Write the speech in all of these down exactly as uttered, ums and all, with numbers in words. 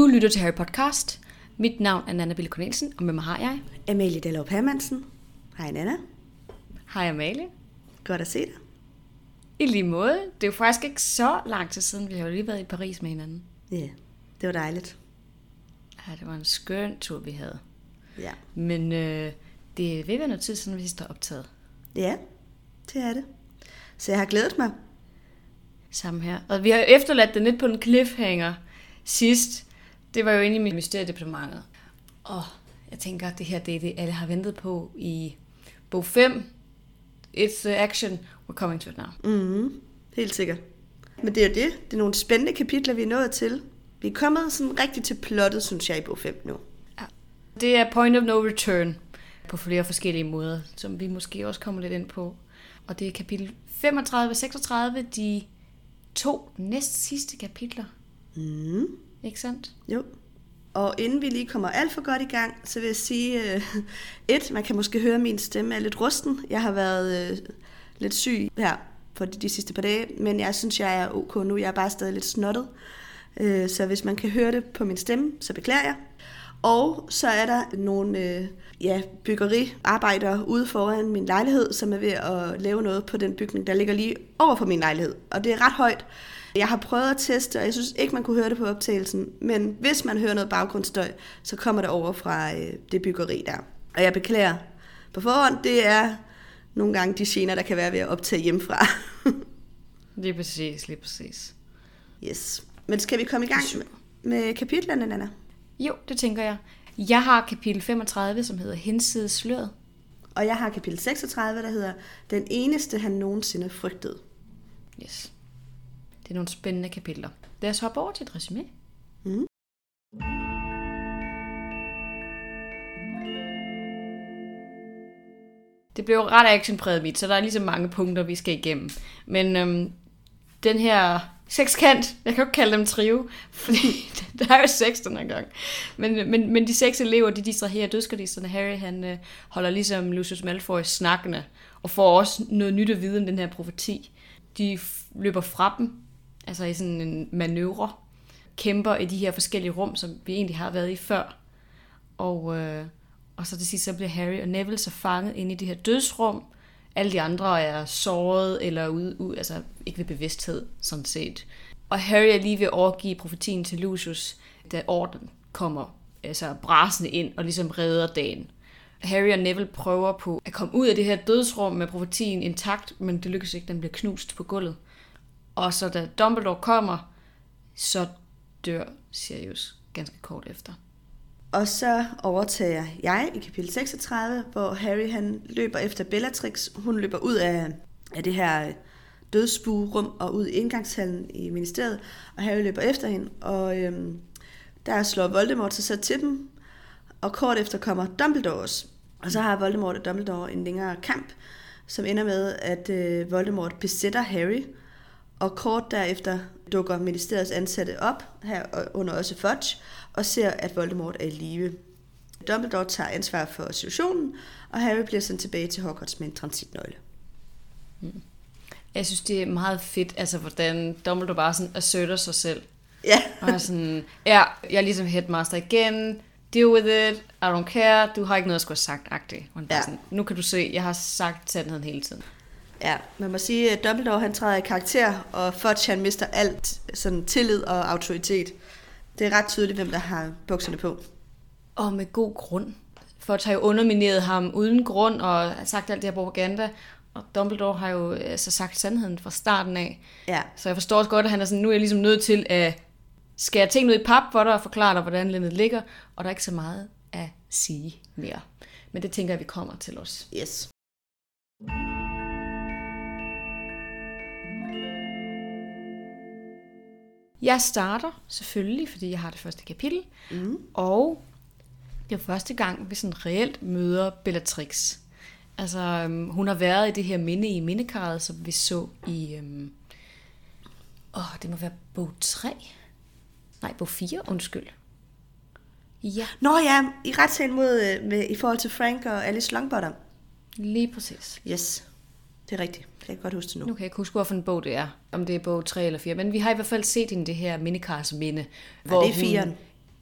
lytter til Harry Podcast. Mit navn er Nanna Bille Cornelsen, og med mig har jeg... Amalie Dallov Hermansen. Hej Nanna. Hej Amalie. Godt at se dig. I lige måde. Det er jo faktisk ikke så lang tid siden, vi har jo lige været i Paris med hinanden. Ja, yeah, det var dejligt. Ja, det var en skøn tur, vi havde. Ja. Men øh, det vil være noget tid siden, vi sidst har optaget. Ja, det er det. Så jeg har glædet mig. Samme her. Og vi har efterladt det lidt på en cliffhanger sidst. Det var jo inde i mit mysteriedepartementet. Og jeg tænker, at det her det er det, alle har ventet på i bog fem. It's the action, we're coming to it now. Mhm, helt sikkert. Men det er jo det. Det er nogle spændende kapitler, vi er nået til. Vi er kommet sådan rigtig til plottet, synes jeg, i bog fem nu. Ja. Det er point of no return på flere forskellige måder, som vi måske også kommer lidt ind på. Og det er kapitel femogtredive og seksogtredive, de to næst sidste kapitler. Mhm. Ikke sandt? Jo. Og inden vi lige kommer alt for godt i gang, så vil jeg sige, uh, et, man kan måske høre, at min stemme er lidt rusten. Jeg har været uh, lidt syg her for de, de sidste par dage, men jeg synes, jeg er ok nu. Jeg er bare stadig lidt snottet. Uh, så hvis man kan høre det på min stemme, så beklager jeg. Og så er der nogle uh, ja, byggeriarbejdere ude foran min lejlighed, som er ved at lave noget på den bygning, der ligger lige over for min lejlighed. Og det er ret højt. Jeg har prøvet at teste, og jeg synes ikke, man kunne høre det på optagelsen. Men hvis man hører noget baggrundsstøj, så kommer det over fra øh, det byggeri der. Og jeg beklager på forhånd, det er nogle gange de gener, der kan være ved at optage hjemmefra. Lige præcis, lige præcis. Yes. Men skal vi komme i gang med, med kapitlerne, Nanna? Jo, det tænker jeg. Jeg har kapitel femogtredive, som hedder Hinsides sløret. Og jeg har kapitel seksogtredive, der hedder Den eneste, han nogensinde frygtede. Yes. Det er nogle spændende kapitler. Lad os hoppe over til et resumé. Mm. Det blev ret actionpræget mit, så der er lige så mange punkter, vi skal igennem. Men øhm, den her sekskant, jeg kan jo ikke kalde dem trio, fordi der er jo seks den her gang. Men, men, men de seks elever, de distraherer dødsgardisterne. Harry, han øh, holder ligesom Lucius Malfoy snakkende, og får også noget nyt at vide om den her profeti. De f- løber fra dem, altså i sådan en manøvre, kæmper i de her forskellige rum, som vi egentlig har været i før. Og, øh, og så til sidst, så bliver Harry og Neville så fanget inde i det her dødsrum. Alle de andre er såret, eller ude, ude, altså ikke ved bevidsthed, sådan set. Og Harry er lige ved at overgive profetien til Lucius, da orden kommer altså brasende ind og ligesom redder dagen. Harry og Neville prøver på at komme ud af det her dødsrum med profetien intakt, men det lykkes ikke, den bliver knust på gulvet. Og så da Dumbledore kommer, så dør Sirius ganske kort efter. Og så overtager jeg i kapitel seksogtredive, hvor Harry han løber efter Bellatrix. Hun løber ud af, af det her dødsbuerum og ud i indgangshallen i ministeriet. Og Harry løber efter hende, og øhm, der slår Voldemort sig så til dem. Og kort efter kommer Dumbledore også. Og så har Voldemort og Dumbledore en længere kamp, som ender med, at øh, Voldemort besætter Harry. Og kort derefter dukker ministeriets ansatte op, her under også Fudge, og ser, at Voldemort er i live. Dumbledore tager ansvar for situationen, og Harry bliver sendt tilbage til Hogwarts med en transitnøgle. Mm. Jeg synes, det er meget fedt, altså hvordan Dumbledore bare sådan asserter sig selv. Ja. Og er sådan, ja, jeg er ligesom headmaster igen, deal with it, I don't care, du har ikke noget at skulle have sagt-agtigt. Ja. Sådan, nu kan du se, jeg har sagt sandheden hele tiden. Ja, man må sige, at Dumbledore han træder i karakter, og Fudge han mister alt sådan tillid og autoritet. Det er ret tydeligt, hvem der har bukserne på. Og med god grund. Fudge har jo undermineret ham uden grund og sagt alt det her propaganda. Og Dumbledore har jo altså sagt sandheden fra starten af. Ja. Så jeg forstår også godt, at han er sådan, nu er jeg ligesom nødt til at skære ting ud i pap for dig og forklare dig, hvordan landet ligger. Og der er ikke så meget at sige mere. Men det tænker jeg, vi kommer til os. Yes. Jeg starter selvfølgelig, fordi jeg har det første kapitel, mm. og det er første gang, vi sådan reelt møder Bellatrix. Altså, øhm, hun har været i det her minde i mindekarret, som vi så i, øhm, åh, det må være bog tre. Nej, bog fire, undskyld. Ja. Nå ja, i retssagen mod, med, i forhold til Frank og Alice Longbottom. Lige præcis. Yes, det er rigtigt. Jeg kan godt huske det nu. Nu kan jeg ikke huske, hvorfor en bog det er. Om det er bog tre eller fire. Men vi har i hvert fald set hende det her mindekarets minde. Ja, det er firen.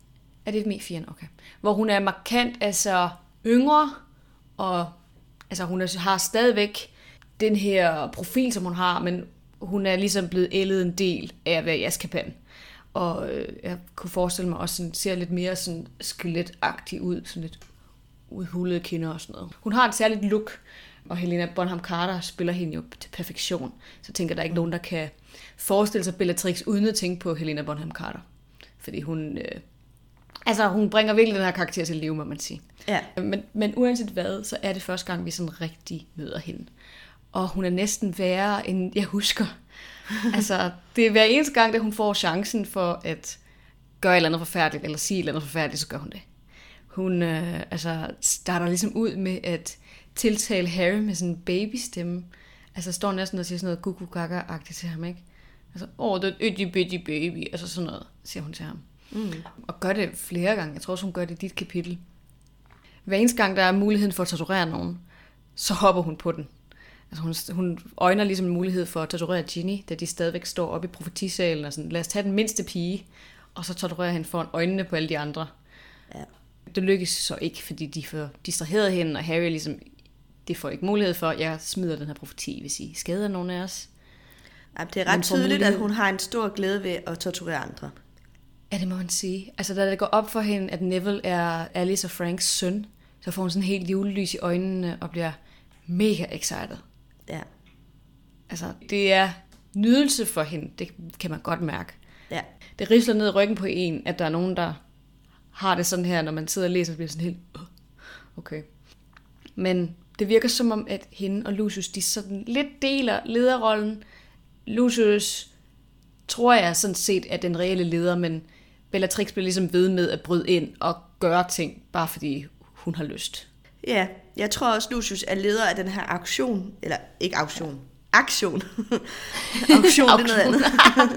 Er det med i firen? Okay. Hvor hun er markant altså yngre, og altså hun er, har stadigvæk den her profil, som hun har, men hun er ligesom blevet ældet en del af at være i Azkaban. Og øh, jeg kunne forestille mig også, sådan, ser lidt mere sådan skeletagtig ud, sådan lidt udhulede kinder og sådan noget. Hun har et særligt look, og Helena Bonham Carter spiller hende jo til perfektion. Så jeg tænker, der er ikke nogen, der kan forestille sig Bellatrix uden at tænke på Helena Bonham Carter. Fordi hun, øh, altså, hun bringer virkelig den her karakter til live, må man sige. Ja. Men, men uanset hvad, så er det første gang, vi sådan rigtig møder hende. Og hun er næsten værre, end jeg husker. Altså, det er hver eneste gang, at hun får chancen for at gøre et eller andet forfærdeligt, eller sige et eller andet forfærdeligt, så gør hun det. Hun øh, altså, starter ligesom ud med at tiltale Harry med sådan en babystemme. Altså står næsten og siger sådan noget gugu-gaga-agtigt til ham, ikke? Altså, åh, oh, det er et itty-bitty baby, altså sådan noget, siger hun til ham. Mm. Og gør det flere gange. Jeg tror også, hun gør det i dit kapitel. Hver eneste gang, der er muligheden for at torturere nogen, så hopper hun på den. Altså hun, hun øjner ligesom en mulighed for at torturere Ginny, da de stadigvæk står oppe i profetisalen og sådan, lad os tage den mindste pige, og så torturere hende foran øjnene på alle de andre. Ja. Det lykkes så ikke, fordi de får distraheret hende, og Harry ligesom, det får ikke mulighed for, at jeg smider den her profeti, hvis I skader nogen af os. Ja, det er ret tydeligt, at hun har en stor glæde ved at torturere andre. Ja, det må man sige. Altså da det går op for hende, at Neville er Alice og Franks søn, så får hun sådan helt julelys i øjnene og bliver mega excited. Ja. Altså, det er nydelse for hende, det kan man godt mærke. Ja. Det risler ned i ryggen på en, at der er nogen, der har det sådan her, når man sidder og læser, så bliver sådan helt, okay. Men det virker som om, at hende og Lucius, de sådan lidt deler lederrollen. Lucius tror jeg sådan set er den reelle leder, men Bellatrix bliver ligesom ved med at bryde ind og gøre ting, bare fordi hun har lyst. Ja, jeg tror også, Lucius er leder af den her aktion, eller ikke aktion, aktion. Aktion, det er noget andet.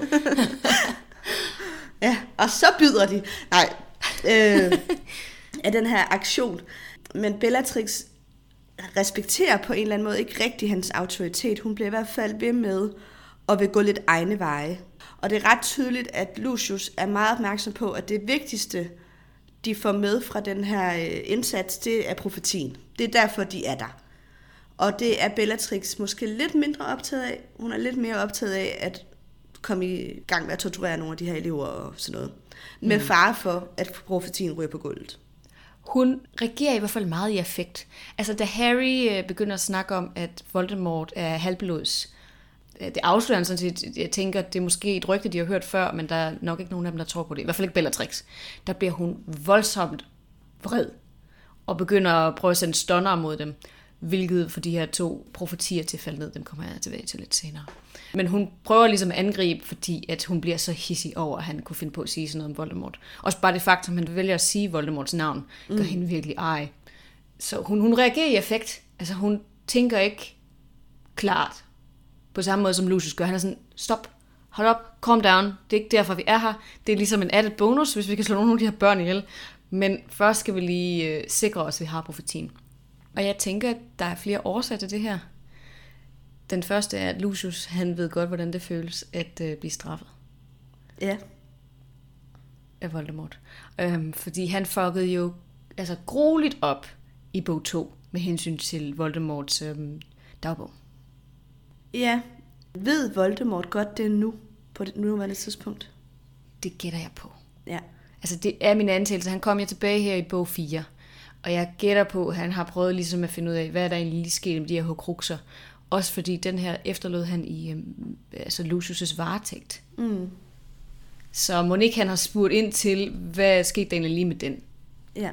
Ja, og så byder de. Nej, øh, af den her aktion. Men Bellatrix respekterer på en eller anden måde ikke rigtig hans autoritet. Hun bliver i hvert fald ved med at vil gå lidt egne veje. Og det er ret tydeligt, at Lucius er meget opmærksom på, at det vigtigste, de får med fra den her indsats, det er profetien. Det er derfor, de er der. Og det er Bellatrix måske lidt mindre optaget af. Hun er lidt mere optaget af at komme i gang med at torturere nogle af de her elever og sådan noget. Med mm. fare for, at profetien ryger på gulvet. Hun reagerer i hvert fald meget i affekt. Altså da Harry begynder at snakke om, at Voldemort er halvblods, det afslører han sådan set, jeg tænker, det er måske et rygte, de har hørt før, men der er nok ikke nogen af dem, der tror på det. I hvert fald ikke Bellatrix. Der bliver hun voldsomt vred, og begynder at prøve at sende stunner mod dem, hvilket for de her to profetier til at falde ned, dem kommer jeg tilbage til lidt senere. Men hun prøver ligesom at angribe, fordi at hun bliver så hissig over, at han kunne finde på at sige sådan noget om Voldemort. Også bare det faktum, at han vælger at sige Voldemorts navn, gør mm. hende virkelig ej. Så hun, hun reagerer i affekt. Altså hun tænker ikke klart, på samme måde som Lucius gør. Han er sådan, stop, hold op, calm down, det er ikke derfor, vi er her. Det er ligesom en added bonus, hvis vi kan slå nogle af de her børn ihjel. Men først skal vi lige øh, sikre os, at vi har profetien. Og jeg tænker, at der er flere årsager til det her. Den første er, at Lucius, han ved godt, hvordan det føles at øh, blive straffet. Ja. Af Voldemort. Øhm, fordi han fuckede jo altså grueligt op i bog to, med hensyn til Voldemorts øhm, dagbog. Ja. Ved Voldemort godt det nu, på det nuværende tidspunkt? Det gætter jeg på. Ja. Altså det er min antagelse. Han kom jo tilbage her i bog fire. Og jeg gætter på, at han har prøvet ligesom at finde ud af, hvad er der egentlig lige sket med de her horcruxer. Også fordi den her efterlod han i øhm, altså Lucius' varetægt. Mm. Så må ikke han har spurgt ind til, hvad skete der egentlig lige med den. Ja.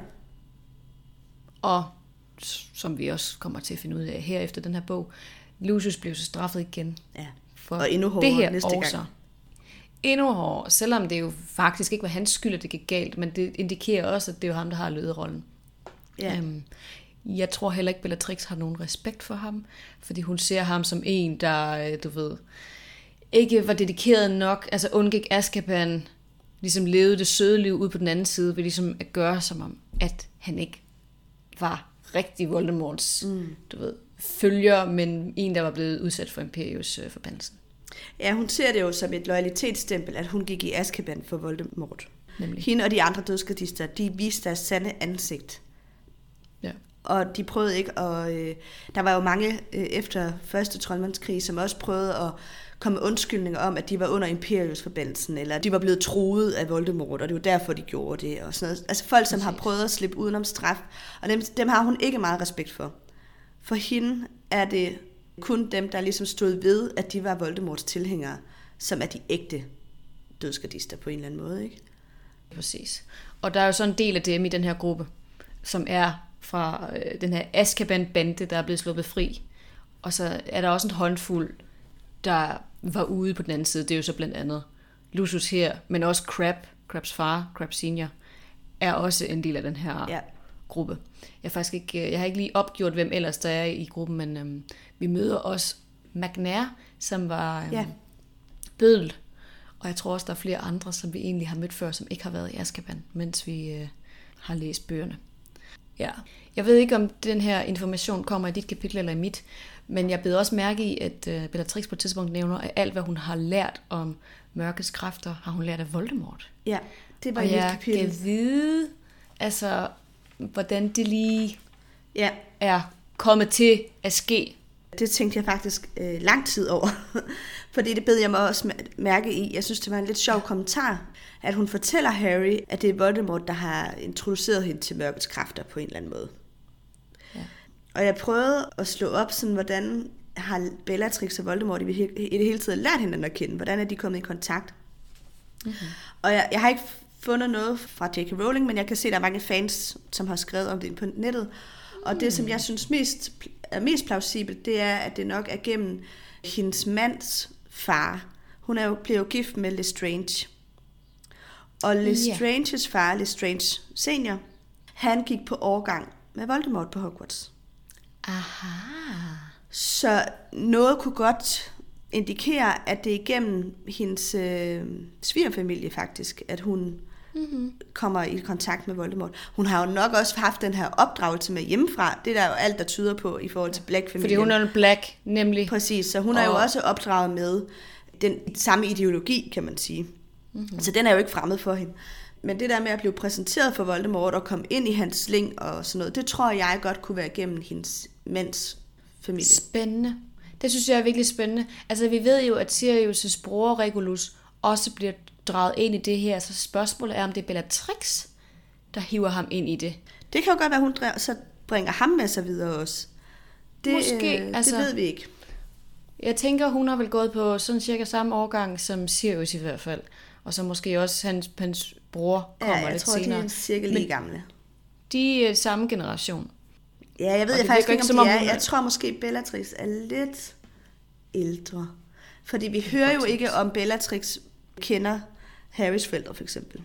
Og som vi også kommer til at finde ud af her efter den her bog, Lucius blev så straffet igen. Ja. For og endnu hårdere det her næste også. gang. Endnu hårdere, selvom det jo faktisk ikke var hans skyld, at det gik galt, men det indikerer også, at det er jo ham, der har lederrollen. Ja. Um, jeg tror heller ikke, Bellatrix har nogen respekt for ham, fordi hun ser ham som en, der, du ved, ikke var dedikeret nok, altså undgik Azkaban, ligesom levede det søde liv ud på den anden side, ved ligesom at gøre som om, at han ikke var rigtig Voldemorts, mm. du ved, følger, men en, der var blevet udsat for Imperius øh, forbandelsen. Ja, hun ser det jo som et loyalitetsstempel, at hun gik i Azkaban for Voldemort. Nemlig. Hende og de andre dødsgardister, de viste deres sande ansigt. Ja. Og de prøvede ikke at... Øh, der var jo mange øh, efter første troldmandskrig, som også prøvede at komme med undskyldninger om, at de var under Imperius-forbandelsen, eller de var blevet truet af Voldemort, og det var derfor, de gjorde det, og sådan noget. Altså folk, som Præcis. har prøvet at slippe udenom straf, og dem, dem har hun ikke meget respekt for. For hende er det kun dem, der ligesom stod ved, at de var Voldemorts tilhængere, som er de ægte dødsgardister på en eller anden måde, ikke? Præcis. Og der er jo så en del af dem i den her gruppe, som er fra øh, den her Azkaban-bande, der er blevet sluppet fri. Og så er der også en håndfuld, der var ude på den anden side. Det er jo så blandt andet Lucius her, men også Crabbe, Crabs far, Crabbe senior, er også en del af den her ja. gruppe. Jeg har faktisk ikke, jeg har ikke lige opgjort, hvem ellers der er i gruppen, men øhm, vi møder også McNair, som var øhm, ja. bødel. Og jeg tror også, der er flere andre, som vi egentlig har mødt før, som ikke har været i Azkaban, mens vi øh, har læst bøgerne. Ja. Jeg ved ikke, om den her information kommer i dit kapitel eller i mit, men jeg bed også mærke i, at uh, Bellatrix på et tidspunkt nævner, at alt, hvad hun har lært om mørkets kræfter, har hun lært af Voldemort. Ja, det var og i mit jeg kapitel. kan vide, altså, hvordan det lige ja. er kommet til at ske. Det tænkte jeg faktisk øh, lang tid over, fordi det bed jeg mig også mærke i. Jeg synes, det var en lidt sjov kommentar, at hun fortæller Harry, at det er Voldemort, der har introduceret hende til mørkets kræfter på en eller anden måde. Ja. Og jeg prøvede at slå op, sådan, hvordan har Bellatrix og Voldemort i det hele taget lært hinanden at kende? Hvordan er de kommet i kontakt? Mm-hmm. Og jeg, jeg har ikke fundet noget fra J K Rowling, men jeg kan se, at der er mange fans, som har skrevet om det på nettet. Og det, som jeg synes mest, er mest plausibelt, det er, at det nok er gennem hendes mands far. Hun er jo blevet gift med Lestrange. Og Lestranges yeah. far, Lestrange senior, han gik på årgang med Voldemort på Hogwarts. Aha. Så noget kunne godt indikere, at det er igennem hendes øh, svigerfamilie faktisk, at hun mm-hmm. kommer i kontakt med Voldemort. Hun har jo nok også haft den her opdragelse med hjemmefra. Det er der jo alt, der tyder på i forhold til Black-familien. Fordi hun er en Black, nemlig. Præcis, så hun og... er jo også opdraget med den samme ideologi, kan man sige. Mm-hmm. Så den er jo ikke fremmed for hende. Men det der med at blive præsenteret for Voldemort og komme ind i hans sling og sådan noget, det tror jeg godt kunne være gennem hendes mænds familie. Spændende. Det synes jeg er virkelig spændende. Altså vi ved jo, at Sirius' bror Regulus også bliver draget ind i det her, så spørgsmålet er, om det er Bellatrix, der hiver ham ind i det. Det kan jo godt være, hun så bringer ham med sig videre også. Det, Måske, øh, altså, det ved vi ikke. Jeg tænker, hun har vel gået på sådan cirka samme årgang som Sirius i hvert fald. Og så måske også hans, hans bror kommer ja, jeg lidt tror, senere. de er cirka lige gamle. De er samme generation. Ja, jeg ved jeg faktisk ikke, om de er. Jeg tror måske, Bellatrix er lidt ældre. Fordi vi hører jo ikke, om Bellatrix kender Harrys forældre, for eksempel.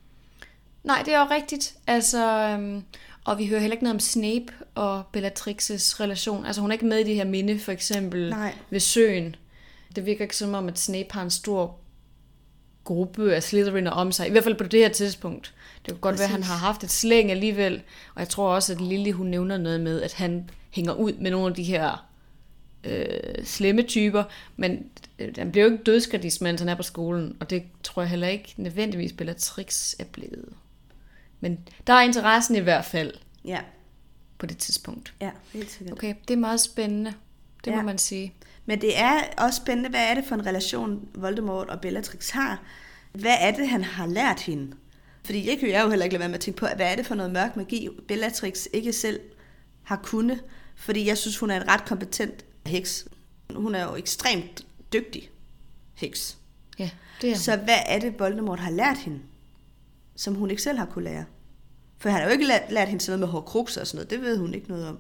Nej, det er jo rigtigt. Altså, øhm, og vi hører heller ikke noget om Snape og Bellatrix's relation. Altså, hun er ikke med i det her minde, for eksempel Nej. ved søen. Det virker ikke som om, at Snape har en stor gruppe af Slytheriner om sig. I hvert fald på det her tidspunkt. Det kan godt Præcis. være, at han har haft et slæng alligevel. Og jeg tror også, at Lily, hun nævner noget med, at han hænger ud med nogle af de her øh, slemme typer. Men øh, han bliver jo ikke dødsgardist, mens han er på skolen. Og det tror jeg heller ikke nødvendigvis Bellatrix er blevet. Men der er interessen i hvert fald. Ja. På det tidspunkt. Ja, helt sikkert. Okay, det er meget spændende. Det ja. må man sige. Men det er også spændende, hvad er det for en relation, Voldemort og Bellatrix har? Hvad er det, han har lært hende? Fordi jeg kan jo heller ikke lade være med at tænke på, hvad er det for noget mørk magi, Bellatrix ikke selv har kunnet? Fordi jeg synes, hun er en ret kompetent heks. Hun er jo ekstremt dygtig heks. Ja, det er. Så hvad er det, Voldemort har lært hende, som hun ikke selv har kunne lære? For han har jo ikke lært, lært hende sådan noget med horcruxer og sådan noget. Det ved hun ikke noget om.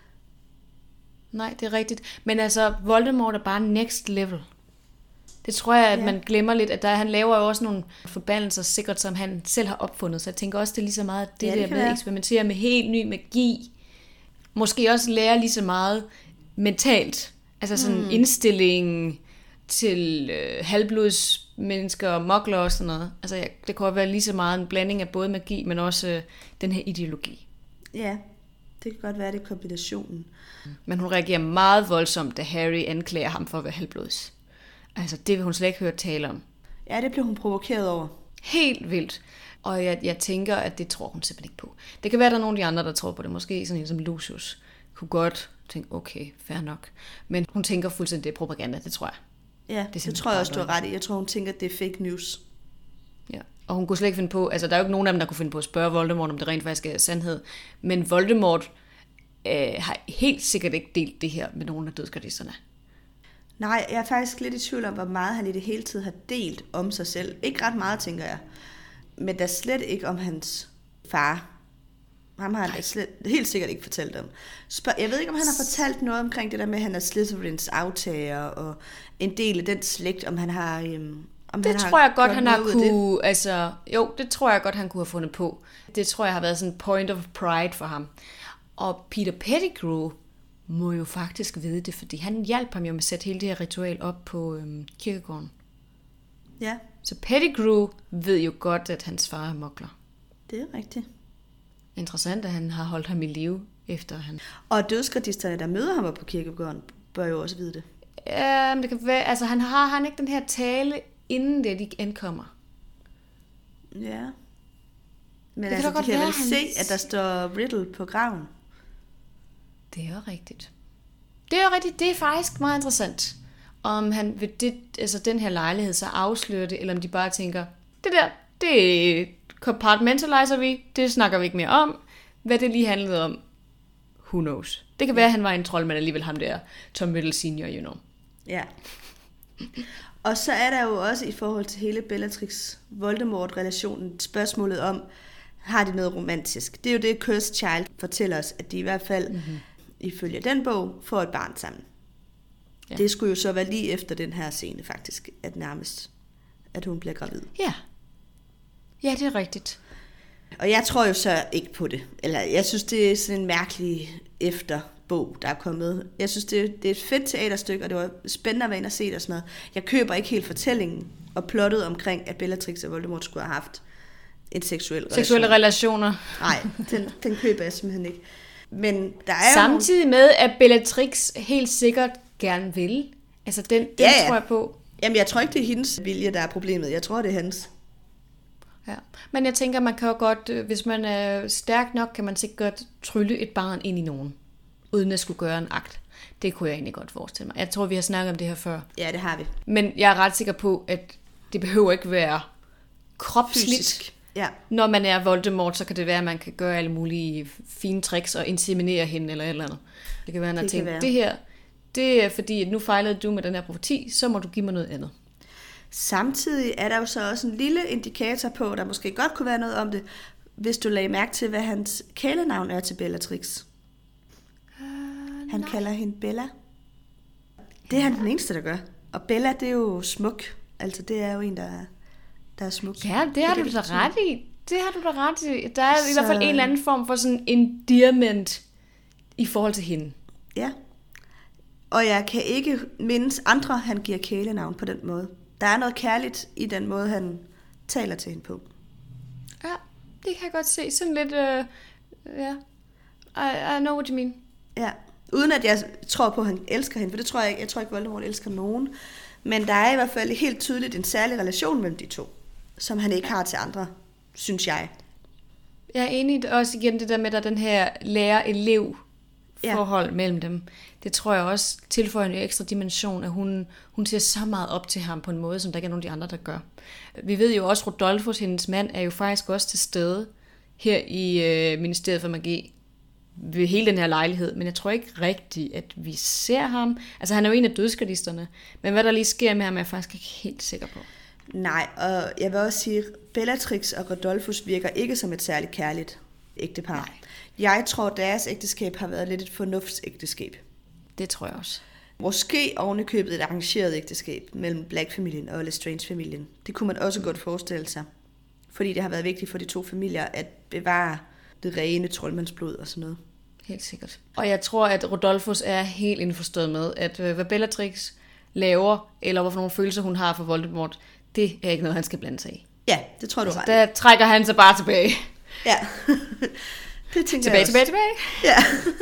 Nej, det er rigtigt. Men altså, Voldemort er bare next level. Det tror jeg, at ja. man glemmer lidt, at der, han laver jo også nogle forbandelser, sikkert som han selv har opfundet. Så jeg tænker også, det er lige så meget, det, ja, det der med at eksperimentere med helt ny magi. Måske også lære lige så meget mentalt. Altså sådan mm. indstillingen til øh, halvblodsmennesker og mugler og sådan noget. Altså ja, det kunne være lige så meget en blanding af både magi, men også øh, den her ideologi. Ja, det kan godt være, det er kombinationen. Men hun reagerer meget voldsomt, da Harry anklager ham for at være halvblods. Altså, det vil hun slet ikke høre tale om. Ja, det blev hun provokeret over. Helt vildt. Og jeg, jeg tænker, at det tror hun simpelthen ikke på. Det kan være, at der er nogle af de andre, der tror på det. Måske sådan en som Lucius kunne godt tænke, okay, fair nok. Men hun tænker fuldstændig, det er propaganda, det tror jeg. Ja, det, det tror jeg også, du har ret i. Jeg tror, hun tænker, at det er fake news. Ja, og hun kunne slet ikke finde på, altså der er jo ikke nogen af dem, der kunne finde på at spørge Voldemort, om det rent faktisk er sandhed. Men Voldemort øh, har helt sikkert ikke delt det her med nogen af dødsgardisterne. Nej, jeg er faktisk lidt i tvivl om, hvor meget han i det hele tid har delt om sig selv. Ikke ret meget, tænker jeg. Men der er slet ikke om hans far. Ham har han slet, helt sikkert ikke fortalt om. Jeg ved ikke, om han har fortalt noget omkring det der med, at han er Slytherins aftager, og en del af den slægt, om han har... Øhm, om det han tror har jeg godt, han har kunne... Altså, jo, det tror jeg godt, han kunne have fundet på. Det tror jeg har været sådan en point of pride for ham. Og Peter Pettigrew må jo faktisk vide det, fordi han hjalp ham jo med at sætte hele det her ritual op på øhm, kirkegården. Ja. Så Pettigrew ved jo godt, at hans far er mugler. Det er rigtigt. Interessant, at han har holdt ham i live efter han... Og dødsgardisterne, der møder ham på kirkegården, bør jo også vide det. Ja, men det kan være... Altså, han har han ikke den her tale, inden det, de ankommer. Ja. Men det altså, kan de kan være, vel han... se, at der står Riddle på graven. Det er jo rigtigt. Det er jo rigtigt. Det er faktisk meget interessant. Om han ved det, altså den her lejlighed så afslører det, eller om de bare tænker, det der, det compartmentaliser vi, det snakker vi ikke mere om. Hvad det lige handlede om, who knows. Det kan være, at han var en trold, men alligevel ham der, Tom Riddle senior, you know. Ja. Og så er der jo også i forhold til hele Bellatrix-Voldemort-relationen spørgsmålet om, har de noget romantisk? Det er jo det, Cursed Child fortæller os, at de i hvert fald, mm-hmm. ifølge den bog, får et barn sammen. Ja. Det skulle jo så være lige efter den her scene faktisk, at nærmest, at hun bliver gravid. Ja. Ja, det er rigtigt. Og jeg tror jo så ikke på det. Eller jeg synes, det er sådan en mærkelig efterbog, der er kommet. Jeg synes, det, det er et fedt teaterstykke, og det var spændende at være inde og se det og sådan noget. Jeg køber ikke helt fortællingen og plottet omkring, at Bellatrix og Voldemort skulle have haft en seksuel relation. Seksuelle relationer. Nej, den, den køber jeg simpelthen ikke. Men der er samtidig jo... med, at Bellatrix helt sikkert gerne vil. Altså, den, den ja, ja. tror jeg på. Jamen, jeg tror ikke, det er hendes vilje, der er problemet. Jeg tror, det er hans. Ja. Men jeg tænker, man kan jo godt, hvis man er stærk nok, kan man sikkert trylle et barn ind i nogen, uden at skulle gøre en akt. Det kunne jeg egentlig godt forestille mig. Jeg tror, vi har snakket om det her før. Ja, det har vi. Men jeg er ret sikker på, at det behøver ikke være kropsligt. Fysisk. Ja. Når man er Voldemort, så kan det være, at man kan gøre alle mulige fine tricks og inseminere hende eller et eller andet. Det kan være, at man tænker, det her, det er fordi, at nu fejlede du med den her profeti, så må du give mig noget andet. Samtidig er der jo så også en lille indikator på, der måske godt kunne være noget om det, hvis du lagde mærke til, hvad hans kælenavn er til Bellatrix. Uh, han nej. kalder hende Bella. Det er ja. han den eneste, der gør. Og Bella, det er jo smuk. Altså, det er jo en, der er, der er smuk. Ja, det har det, du da ret i. Det har du da ret i. Der er så... i hvert fald en eller anden form for sådan endearment i forhold til hende. Ja. Og jeg kan ikke mindes andre, han giver kælenavn på den måde. Der er noget kærligt i den måde, han taler til hende på. Ja, det kan jeg godt se. Sådan lidt, øh, ja, I, I know what you mean. Ja, uden at jeg tror på, at han elsker hende, for det tror jeg ikke. Jeg tror ikke, Voldemort elsker nogen. Men der er i hvert fald helt tydeligt en særlig relation mellem de to, som han ikke har til andre, synes jeg. Jeg er enig også igen det der med, at der den her lærer-elev forhold ja. mellem dem. Det tror jeg også tilføjer en ekstra dimension, at hun, hun ser så meget op til ham på en måde, som der ikke er nogen af de andre, der gør. Vi ved jo også, at Rodolphus, hendes mand, er jo faktisk også til stede her i øh, Ministeriet for Magi ved hele den her lejlighed, men jeg tror ikke rigtigt, at vi ser ham. Altså, han er jo en af dødsgardisterne, men hvad der lige sker med ham, er jeg faktisk ikke helt sikker på. Nej, og jeg vil også sige, at Bellatrix og Rodolphus virker ikke som et særligt kærligt ægtepar. Nej. Jeg tror, deres ægteskab har været lidt et fornuftsægteskab. Det tror jeg også. Måske ovenikøbet et arrangeret ægteskab mellem Black-familien og Lestrange-familien. Det kunne man også godt forestille sig. Fordi det har været vigtigt for de to familier at bevare det rene troldmandsblod og sådan noget. Helt sikkert. Og jeg tror, at Rodolphus er helt indforstået med, at hvad Bellatrix laver, eller hvorfor nogle følelser hun har for Voldemort, det er ikke noget, han skal blande sig i. Ja, det tror du altså, ret. Der trækker han sig bare tilbage. Ja. Det tænker tilbage, jeg tilbage, tilbage. Ja.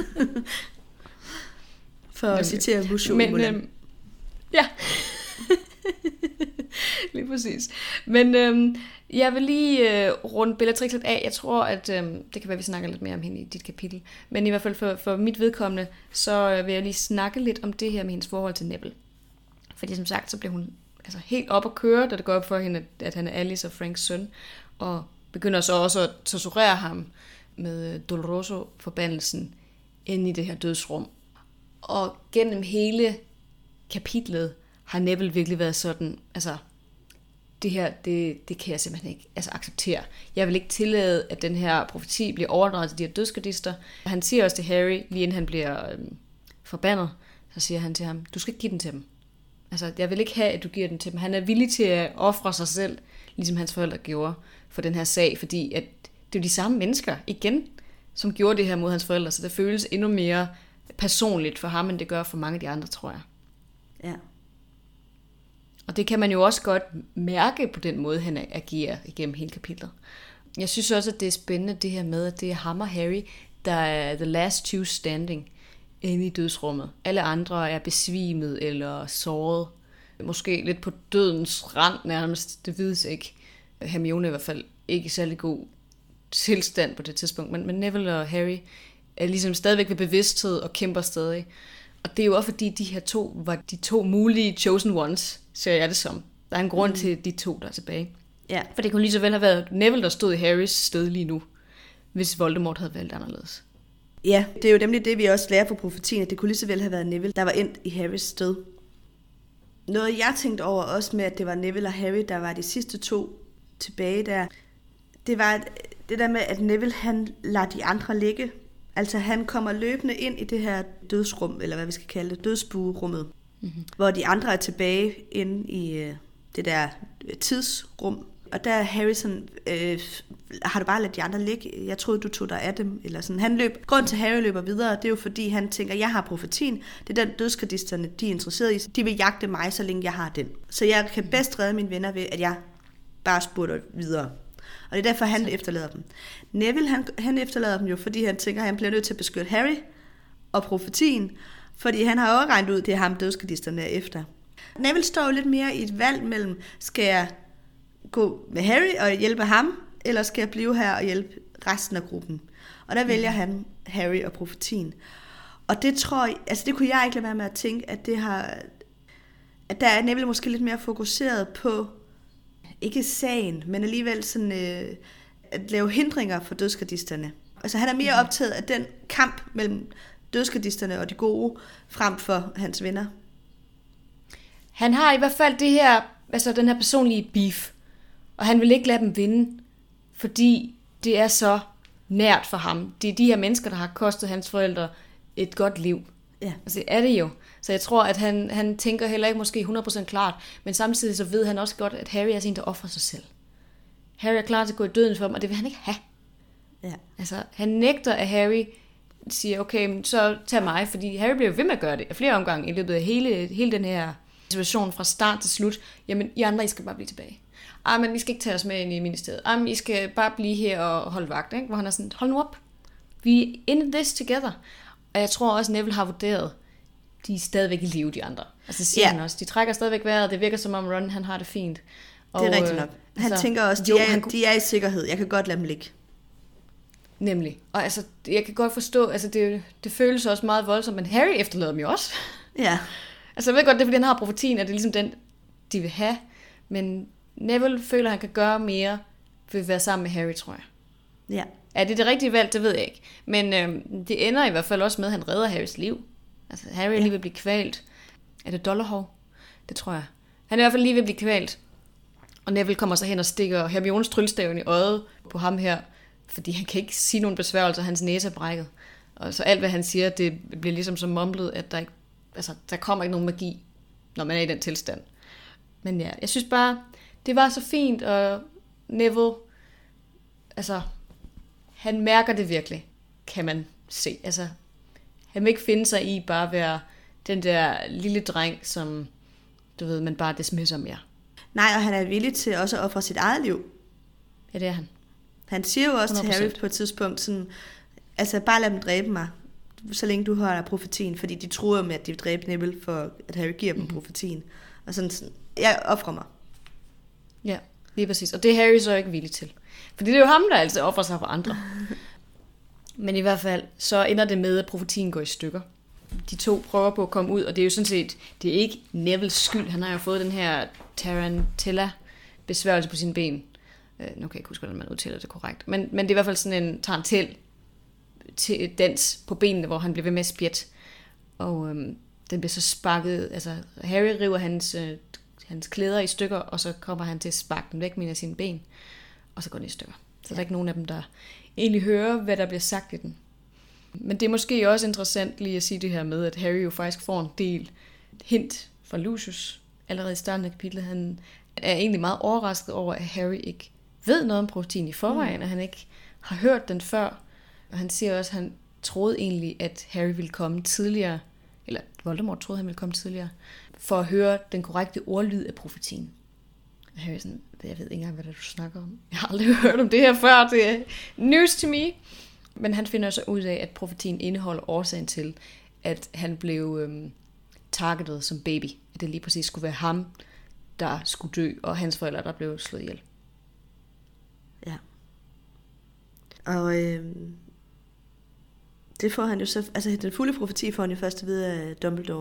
For at citere Mushu. Men, øhm, ja. Lige præcis. Men øhm, Jeg vil lige øh, runde Bellatrix lidt af. Jeg tror, at øh, det kan være, at vi snakker lidt mere om hende i dit kapitel. Men i hvert fald for, for mit vedkommende, så øh, vil jeg lige snakke lidt om det her med hendes forhold til Neville. Fordi som sagt, så bliver hun altså, helt op at køre, da det går op for hende, at, at han er Alice og Franks søn. Og begynder så også at torturere ham med Doloroso-forbandelsen inde i det her dødsrum. Og gennem hele kapitlet har Neville virkelig været sådan, altså, det her, det, det kan jeg simpelthen ikke altså, acceptere. Jeg vil ikke tillade, at den her profeti bliver overdraget til de her dødsgardister. Han siger også til Harry, lige inden han bliver øhm, forbandet, så siger han til ham, du skal ikke give den til dem. Altså, jeg vil ikke have, at du giver den til dem. Han er villig til at ofre sig selv, ligesom hans forældre gjorde for den her sag, fordi at det er jo de samme mennesker, igen, som gjorde det her mod hans forældre, så det føles endnu mere personligt for ham, end det gør for mange af de andre, tror jeg. Ja. Og det kan man jo også godt mærke på den måde, han agerer igennem hele kapitlet. Jeg synes også, at det er spændende det her med, at det er ham og Harry, der er the last two standing inde i dødsrummet. Alle andre er besvimet eller såret. Måske lidt på dødens rand nærmest, det vides ikke. Hermione er i hvert fald ikke i særlig god tilstand på det tidspunkt, men, men Neville og Harry er ligesom stadigvæk ved bevidsthed og kæmper stadig. Og det er jo også fordi, de her to var de to mulige chosen ones, ser jeg det som. Der er en grund mm. til de to, der er tilbage. Ja. For det kunne lige så vel have været Neville, der stod i Harrys sted lige nu, hvis Voldemort havde valgt anderledes. Ja, det er jo nemlig det, vi også lærer fra profetien, at det kunne lige så vel have været Neville, der var endt i Harrys sted. Noget jeg tænkte over også med, at det var Neville og Harry, der var de sidste to tilbage der, det var det der med, at Neville han lader de andre ligge. Altså han kommer løbende ind i det her dødsrum, eller hvad vi skal kalde det, dødsbuerummet, mm-hmm. hvor de andre er tilbage inde i øh, det der tidsrum. Og der er Harrison, øh, har du bare ladet de andre ligge? Jeg troede, du tog dig af dem. Eller sådan. Han løb, grund til, at Harry løber videre, det er jo fordi, han tænker, jeg har profetien. Det er den dødsgardisterne, de er interesseret i. De vil jagte mig, så længe jeg har den. Så jeg kan bedst redde mine venner ved, at jeg bare spurter videre. Og det er derfor, han så. efterlader dem. Neville, han, han efterlader dem jo, fordi han tænker, at han bliver nødt til at beskytte Harry og profetien. Fordi han har jo regnet ud, det er ham, dødsgardisterne er efter. Neville står jo lidt mere i et valg mellem, skal jeg gå med Harry og hjælpe ham, eller skal jeg blive her og hjælpe resten af gruppen? Og der vælger han Harry og profetien. Og det tror jeg, altså det kunne jeg ikke lade være med at tænke, at det har, at der er Neville måske lidt mere fokuseret på, ikke sagen, men alligevel sådan, øh, at lave hindringer for dødsgardisterne. Altså han er mere optaget af den kamp mellem dødsgardisterne og de gode, frem for hans venner. Han har i hvert fald det her, altså den her personlige beef, og han vil ikke lade dem vinde, fordi det er så nært for ham. Det er de her mennesker, der har kostet hans forældre et godt liv. Ja. Altså det er det jo. Så jeg tror, at han, han tænker heller ikke måske hundrede procent klart, men samtidig så ved han også godt, at Harry er sin, der offrer sig selv. Harry er klar til at gå i døden for ham, og det vil han ikke have. Ja. Altså, han nægter, at Harry siger, okay, så tag mig, fordi Harry bliver ved med at gøre det af flere omgange i løbet af hele, hele den her situation fra start til slut. Jamen, I andre, I skal bare blive tilbage. Ej, men I skal ikke tage os med ind i ministeriet. Ej, men I skal bare blive her og holde vagt, ikke? Hvor han er sådan, hold nu op. Vi er in this together. Og jeg tror også, Neville har vurderet, de er stadigvæk i live, de andre. Altså det siger yeah. han også. De trækker stadigvæk vejret. Det virker som om Ron, han har det fint. Og, det er rigtigt nok. Han altså, tænker også, de, jo, er, han, de er i sikkerhed. Jeg kan godt lade dem ligge. Nemlig. Og altså, jeg kan godt forstå, altså det, det føles også meget voldsomt, men Harry efterlader dem jo også. Ja. Altså jeg ved godt, det er fordi han har profetien, at det er ligesom den, de vil have. Men Neville føler, at han kan gøre mere ved at være sammen med Harry, tror jeg. Ja. Er det det rigtige valg, det ved jeg ikke. Men øhm, det ender i hvert fald også med, at han redder Harrys liv. Altså Harry er ja. lige ved at blive kvalt. Er det Dollarhov? Det tror jeg. Han er i hvert fald lige ved at blive kvalt. Og Neville kommer så hen og stikker Hermiones tryllestaven i øjet på ham her, fordi han kan ikke sige nogen besværgelser, hans næse er brækket. Og så alt, hvad han siger, det bliver ligesom så mumblet, at der, ikke, altså, der kommer ikke nogen magi, når man er i den tilstand. Men ja, jeg synes bare, det var så fint, og Neville, altså, han mærker det virkelig, kan man se. Altså, han vil ikke finde sig i bare at være den der lille dreng, som, du ved, man bare dismisser mere. Nej, og han er villig til også at ofre sit eget liv. Ja, det er han. Han siger jo også hundrede procent til Harry på et tidspunkt, sådan, altså bare lad dem dræbe mig, så længe du har profetien, fordi de tror med, at de vil dræbe Neville, for at Harry giver dem mm-hmm. profetien. Og sådan, sådan, jeg offrer mig. Ja. Lige præcis. Og det er Harry så ikke villig til. Fordi det er jo ham, der altid offrer sig for andre. Men i hvert fald, så ender det med, at profetien går i stykker. De to prøver på at komme ud, og det er jo sådan set, det er ikke Nevilles skyld. Han har jo fået den her tarantella-besværgelse på sine ben. Øh, nu kan jeg ikke huske, hvordan man udtaler det korrekt. Men, men det er i hvert fald sådan en tarantel til dans på benene, hvor han bliver ved med at spjætte. Og øhm, den bliver så sparket, altså Harry river hans, øh, hans klæder i stykker, og så kommer han til at sparke dem væk med sine ben, og så går det i stykker. Så ja. Der er ikke nogen af dem, der egentlig hører, hvad der bliver sagt i den. Men det er måske også interessant lige at sige det her med, at Harry jo faktisk får en del hint fra Lucius allerede i starten af kapitlet. Han er egentlig meget overrasket over, at Harry ikke ved noget om profetien i forvejen, mm. og han ikke har hørt den før. Og han siger også, at han troede egentlig, at Harry ville komme tidligere, eller Voldemort troede, at han ville komme tidligere, for at høre den korrekte ordlyd af profetien. Og Harry er sådan, jeg ved ikke engang, hvad du snakker om. Jeg har aldrig hørt om det her før, det er news to me. Men han finder så ud af, at profetien indeholder årsagen til, at han blev øhm, targetet som baby. At det lige præcis skulle være ham, der skulle dø, og hans forældre, der blev slået ihjel. Ja. Og øhm, det får han jo så, altså den fulde profeti får han jo først at vide af Dumbledore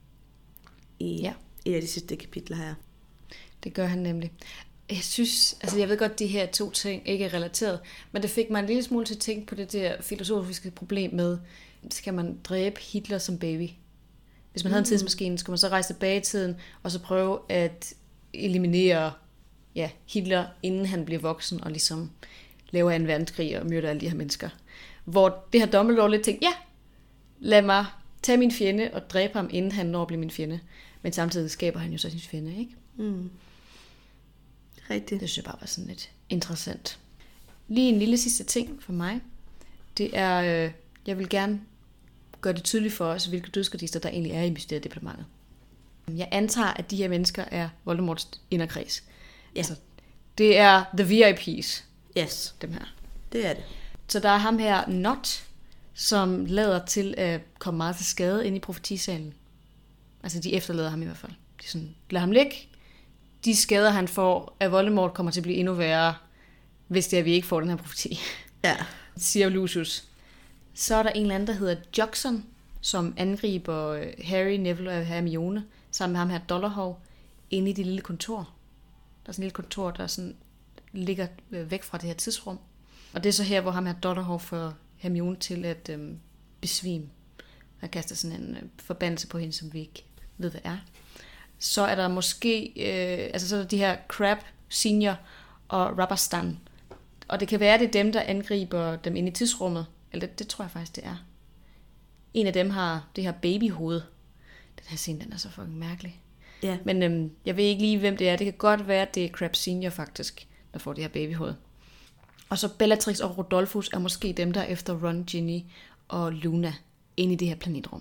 i ja. et af de sidste kapitler her. Det gør han nemlig. Jeg synes, altså jeg ved godt, at de her to ting ikke er relateret, men det fik mig en lille smule til at tænke på det der filosofiske problem med, skal man dræbe Hitler som baby? Hvis man mm. havde en tidsmaskine, skulle man så rejse tilbage i tiden, og så prøve at eliminere ja, Hitler, inden han bliver voksen, og ligesom laver en verdenskrig og myrder alle de her mennesker. Hvor det har Dumbledore lidt tænkt, ja, lad mig tage min fjende og dræbe ham, inden han når at blive min fjende. Men samtidig skaber han jo så sin fjende, ikke? Mm. Rigtigt. Det synes jeg bare var sådan lidt interessant. Lige en lille sidste ting for mig. Det er, øh, jeg vil gerne gøre det tydeligt for os, hvilke dødsgardister der egentlig er i Mysteriedepartementet. Jeg antager, at de her mennesker er Voldemorts inderkreds. Ja. Altså, det er the V I P's. Yes. Dem her. Det er det. Så der er ham her, Not, som lader til at komme meget til skade ind i profetisalen. Altså, de efterlader ham i hvert fald. De sådan, lad ham ligge. De skader, han får af Voldemort, kommer til at blive endnu værre, hvis det er, at vi ikke får den her profeti. Ja. Siger Lucius. Så er der en eller anden, der hedder Joxon, som angriber Harry, Neville og Hermione, sammen med ham her Dollarhove, inde i det lille kontor. Der er sådan et lille kontor, der sådan ligger væk fra det her tidsrum. Og det er så her, hvor ham her Dollarhove får Hermione til at øhm, besvime. Han kaster sådan en øh, forbandelse på hende, som vi ikke ved, hvad er. Så er der måske, øh, altså så er der de her Crabbe Senior og Rabastan. Og det kan være, det er dem, der angriber dem inde i tidsrummet. Eller det, det tror jeg faktisk, det er. En af dem har det her babyhoved. Den her scene, den er så fucking mærkelig. Ja. Men øhm, jeg ved ikke lige, hvem det er. Det kan godt være, at det er Crabbe Senior faktisk, der får det her babyhoved. Og så Bellatrix og Rodolphus er måske dem, der er efter Ron, Ginny og Luna inde i det her planetrum.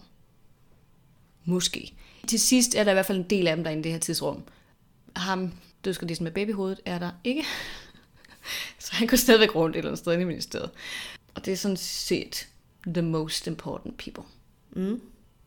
Måske. Til sidst er der i hvert fald en del af dem, der er inde i det her tidsrum. Ham, dødsgardisten med babyhovedet, er der ikke. Så han går stadigvæk rundt et eller andet sted inde i ministeriet. Og det er sådan set the most important people. Mm.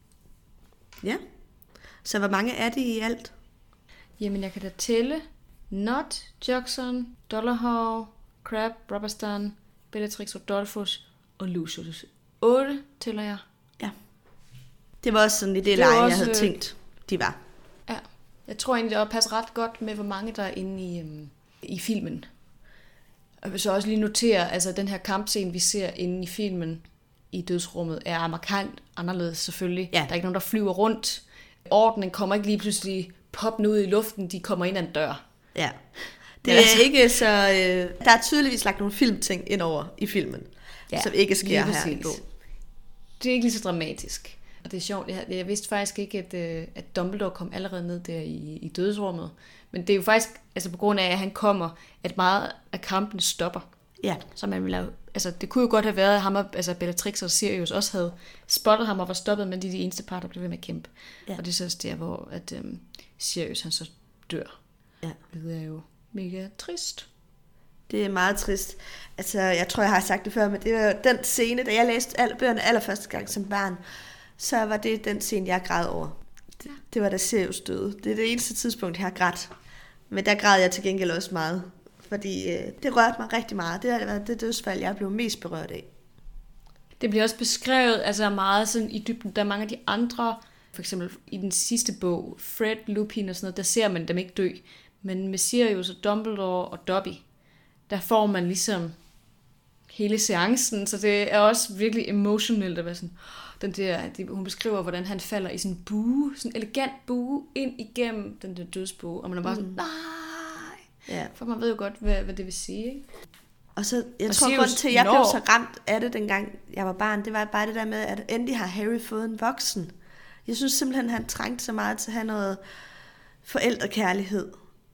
Ja. Så hvor mange er det i alt? Jamen, jeg kan da tælle. Not, Joxon, Dollarhove, Crabbe, Rabastan, Bellatrix, Rodolphus og Lucius. otte tæller jeg. Ja. Det var også sådan i det, det leje, også, jeg havde tænkt, de var. Ja. Jeg tror egentlig, det passer ret godt med, hvor mange der er inde i, øhm, i filmen. Jeg vil så også lige notere, altså den her kampscene, vi ser inde i filmen i dødsrummet, er markant anderledes selvfølgelig. Ja. Der er ikke nogen, der flyver rundt. Ordenen kommer ikke lige pludselig poppende ud i luften, de kommer ind ad en dør. Ja. Det er altså ikke så... Øh, der er tydeligvis lagt nogle filmting ind over i filmen, ja, som ikke sker her i bogen. Det er ikke lige så dramatisk. Og det er sjovt, jeg, jeg vidste faktisk ikke, at, at Dumbledore kom allerede ned der i, i dødsrummet. Men det er jo faktisk, altså på grund af, at han kommer, at meget af kampen stopper. Ja. Så man vil lave, altså det kunne jo godt have været, at ham og, altså Bellatrix og Sirius også havde spottet ham og var stoppet, men de er de eneste par, der blev ved med at kæmpe. Ja. Og det er så også der, hvor at, um, Sirius han så dør. Ja. Det er jo mega trist. Det er meget trist. Altså, jeg tror, jeg har sagt det før, men det var den scene, da jeg læste alle bøgerne allerførste gang som barn, så var det den scene, jeg græd over. Det, det var da Sirius døde. Det er det eneste tidspunkt, jeg har grædt Men der græd jeg til gengæld også meget, fordi øh, det rørte mig rigtig meget. Det har været det dødsfald, jeg blev mest berørt af. Det bliver også beskrevet altså meget sådan i dybden. Der er mange af de andre, for eksempel i den sidste bog, Fred, Lupin og sådan noget, der ser man dem ikke dø. Men med Sirius og Dumbledore og Dobby, der får man ligesom hele seancen, så det er også virkelig emotionelt at være sådan, den der, hun beskriver, hvordan han falder i sådan en bue, sådan en elegant bue, ind igennem den der dødsbue, og man er bare sådan, nej, ja. For man ved jo godt, hvad, hvad det vil sige, ikke? Og så, jeg og tror, Sirius, grunden til, at jeg når... blev så ramt af det, dengang jeg var barn, det var bare det der med, at endelig har Harry fået en voksen. Jeg synes simpelthen, han trængte så meget til at have noget forældrekærlighed.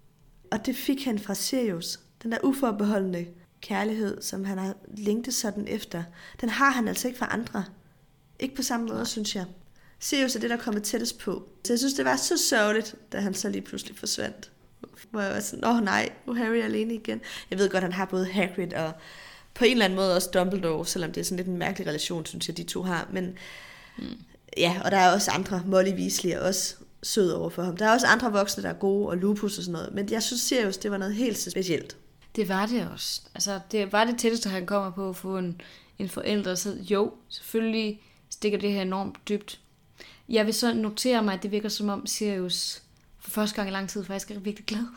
Og det fik han fra Sirius. Den der uforbeholdende kærlighed, som han har længtet sådan efter, den har han altså ikke fra andre. Ikke på samme måde, synes jeg. Sirius er det, der er kommet tættest på. Så jeg synes, det var så sørgeligt, da han så lige pludselig forsvandt. Hvor jeg var sådan, åh oh, nej, nu er Harry alene igen. Jeg ved godt, han har både Hagrid og på en eller anden måde også Dumbledore, selvom det er sådan lidt en mærkelig relation, synes jeg, de to har. Men mm. ja, og der er også andre, Molly Weasley er også sød over for ham. Der er også andre voksne, der er gode, og Lupus og sådan noget. Men jeg synes, Sirius, det var noget helt specielt. Det var det også. Altså, det var det tætteste, han kommer på at få en, en forælder. Så jo, selvfølgelig stikker det her enormt dybt. Jeg vil så notere mig, at det virker som om Sirius for første gang i lang tid faktisk er virkelig glad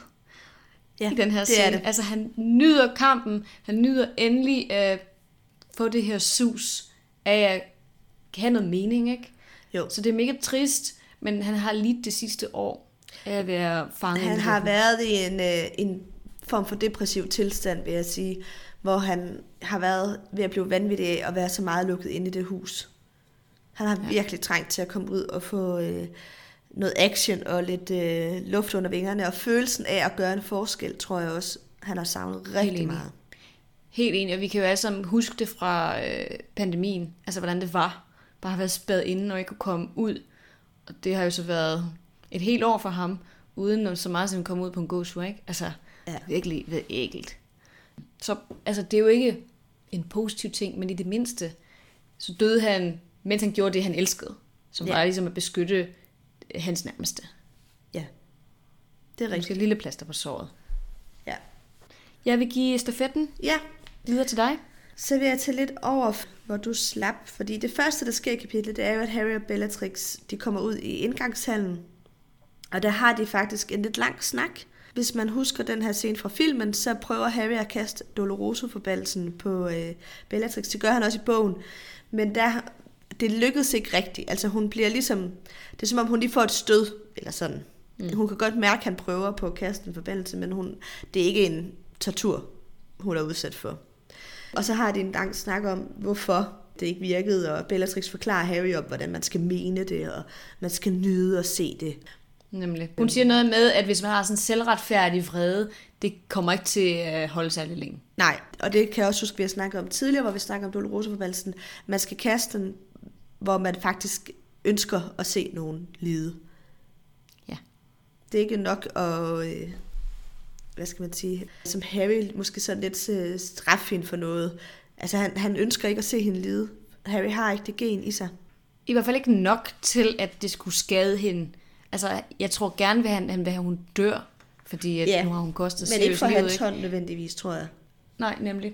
ja, i den her det scene. er det. Altså, han nyder kampen. Han nyder endelig at få det her sus af at have noget mening, ikke? Jo. Så det er mega trist, men han har lidt det sidste år af at være fanget. Han har været i en, en form for depressiv tilstand, vil jeg sige, hvor han har været ved at blive vanvittig af at være så meget lukket inde i det hus. Han har ja. virkelig trængt til at komme ud og få øh, noget action og lidt øh, luft under vingerne, og følelsen af at gøre en forskel, tror jeg også, han har savnet rigtig Helt meget. Helt enig, og vi kan jo alle sammen huske det fra øh, pandemien, altså hvordan det var, bare at være spadet inde og ikke kunne komme ud. Og det har jo så været et helt år for ham, uden så meget som komme ud på en gåtur, ikke? Altså, ja. virkelig ved ægelt. Så altså, det er jo ikke en positiv ting, men i det mindste, så døde han, mens han gjorde det, han elskede. Som ja. var ligesom at beskytte hans nærmeste. Ja, det er rigtigt. Et lille plaster på såret. Ja. Jeg vil give stafetten ja. videre til dig. Så vil jeg tage lidt over, hvor du slap. Fordi det første, der sker i kapitlet, det er jo, at Harry og Bellatrix, de kommer ud i indgangshallen. Og der har de faktisk en lidt lang snak. Hvis man husker den her scene fra filmen, så prøver Harry at kaste Doloroso-forbandelsen på øh, Bellatrix. Det gør han også i bogen. Men der, det lykkedes ikke rigtigt. Altså hun bliver ligesom, det er som om hun lige får et stød, eller sådan. Mm. Hun kan godt mærke, at han prøver på at kaste en forbandelse, men hun, det er ikke en tortur, hun er udsat for. Og så har de en lang snak om, hvorfor det ikke virkede, og Bellatrix forklarer Harry om, hvordan man skal mene det, og man skal nyde og se det. Nemlig. Hun siger noget med, at hvis man har sådan en selvretfærdig vrede, det kommer ikke til at holde særlig længe. Nej, og det kan jeg også huske, vi har snakket om tidligere, hvor vi snakker om Doloroso-forbandelsen. Man skal kaste den, hvor man faktisk ønsker at se nogen lide. Ja. Det er ikke nok at, øh, hvad skal man sige, som Harry måske sådan lidt øh, straffind for noget. Altså han, han ønsker ikke at se hende lide. Harry har ikke det gen i sig. I hvert fald ikke nok til, at det skulle skade hende. Altså, jeg tror gerne, at han, han vil have, hun dør, fordi at ja, nu har hun kostet men ikke for hans hånd nødvendigvis, tror jeg. Nej, nemlig.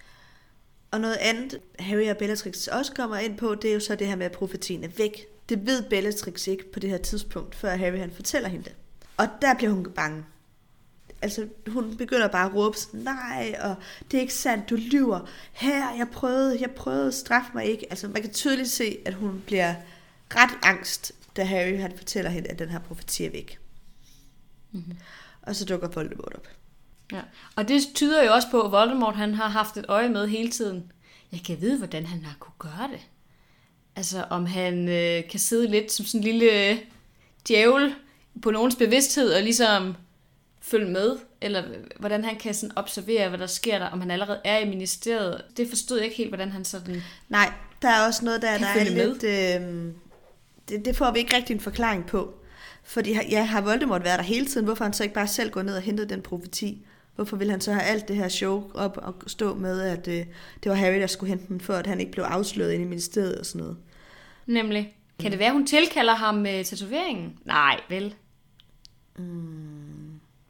Og noget andet, Harry og Bellatrix også kommer ind på, det er jo så det her med, at profetien er væk. Det ved Bellatrix ikke på det her tidspunkt, før Harry han fortæller hende det. Og der bliver hun bange. Altså, hun begynder bare at råbe sådan, nej, og det er ikke sandt, du lyver. Her, jeg prøvede, jeg prøvede, straf mig ikke. Altså, man kan tydeligt se, at hun bliver ret angst, da Harry han fortæller hende, at den her profeti er væk. Mm-hmm. Og så dukker Voldemort op. Ja. Og det tyder jo også på, at Voldemort han har haft et øje med hele tiden. Jeg kan vide, hvordan han har kunne gøre det. Altså, om han øh, kan sidde lidt som sådan en lille øh, djævel på nogens bevidsthed og ligesom følge med, eller hvordan han kan sådan observere, hvad der sker der, om han allerede er i ministeriet. Det forstod jeg ikke helt, hvordan han sådan... Nej, der er også noget, der, der er med. lidt... Øh, det, det får vi ikke rigtig en forklaring på. Fordi ja, har Voldemort været der hele tiden? Hvorfor han så ikke bare selv går ned og hentet den profeti? Hvorfor vil han så have alt det her show op og stå med, at øh, det var Harry, der skulle hente den, for at han ikke blev afsløret inde i ministeriet og sådan noget? Nemlig. Kan det være, hun tilkalder ham med tatoveringen? Nej, vel? Mm.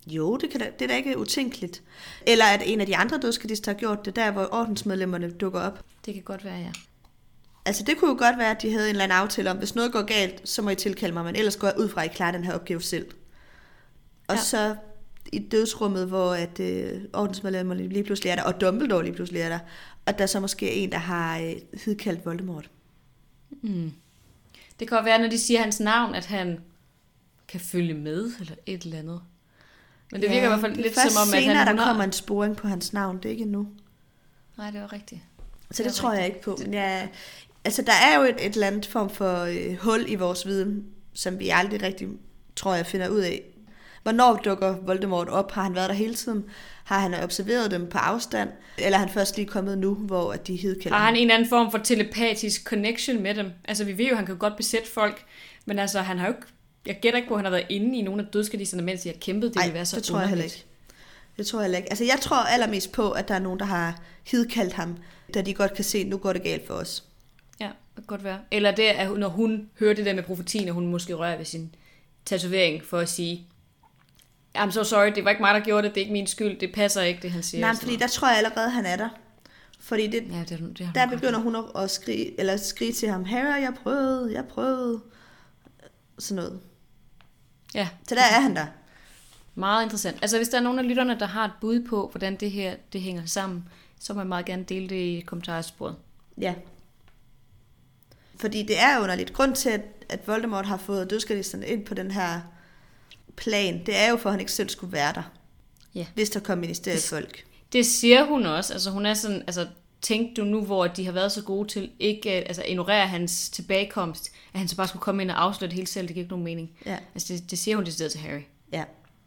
Jo, det, kan da, det er da ikke utænkeligt. Eller at en af de andre dødskadister har gjort det, der hvor ordensmedlemmerne dukker op. Det kan godt være, ja. Altså det kunne jo godt være, at de havde en eller anden aftale om, hvis noget går galt, så må I tilkalde mig, men ellers går jeg ud fra, at I klarer den her opgave selv. Og ja. Så i dødsrummet, hvor at, øh, ordensmedlemmerne lige pludselig er der, og Dumbledore lige pludselig er der, og der så måske er en, der har øh, hidkaldt Voldemort. Mm. Det kan godt være, når de siger hans navn, at han kan følge med, eller et eller andet. Men det ja, virker i hvert fald lidt som om, at senere, han... der kommer en sporing på hans navn, det er ikke endnu. Nej, det var rigtigt. Så det, det tror rigtigt. Jeg ikke på. Men ja, altså, der er jo et, et eller andet form for øh, hul i vores viden, som vi aldrig rigtig, tror jeg, finder ud af. Hvornår dukker Voldemort op? Har han været der hele tiden? Har han observeret dem på afstand? Eller er han først lige kommet nu, hvor de hidkalder Har han en eller anden form for telepatisk connection med dem? Altså, vi ved jo, at han kan godt besætte folk, men altså, han har jo ikke... Jeg gætter ikke på, at han har været inde i nogle af dødskadisterne, mens de har kæmpet. Det Ej, vil være så det tror jeg heller ikke. Det tror jeg heller ikke. Altså, jeg tror allermest på, at der er nogen, der har hidkaldt ham, da de godt kan se, at nu går det galt for os. Ja, det kan godt være. Eller det er, når hun hører det der med profetien, og hun måske rører ved sin tatovering for at sige, I'm so sorry, det var ikke mig, der gjorde det, det er ikke min skyld, det passer ikke, det han siger. Nej, fordi der tror jeg allerede, han er der. Fordi det, ja, det, det der begynder hun at skrige, eller skrige til ham, Harry, jeg prøvede, jeg prøvede. Sådan noget. Ja. Så der er han der. Meget interessant. Altså hvis der er nogen af lytterne, der har et bud på, hvordan det her det hænger sammen, så må jeg meget gerne dele det i kommentarsporet. Ja. Fordi det er underligt. Grund til, at, at Voldemort har fået dødskadisterne ind på den her plan, det er jo for, at han ikke selv skulle være der. Ja. Hvis der kom ministeriefolk. Det, det siger hun også. Altså hun er sådan, altså tænk du nu, hvor de har været så gode til ikke altså ignorere hans tilbagekomst, at han så bare skulle komme ind og afsløre det hele selv, det giver ikke nogen mening. Ja. Altså det, det siger hun det stedet til Harry. Ja.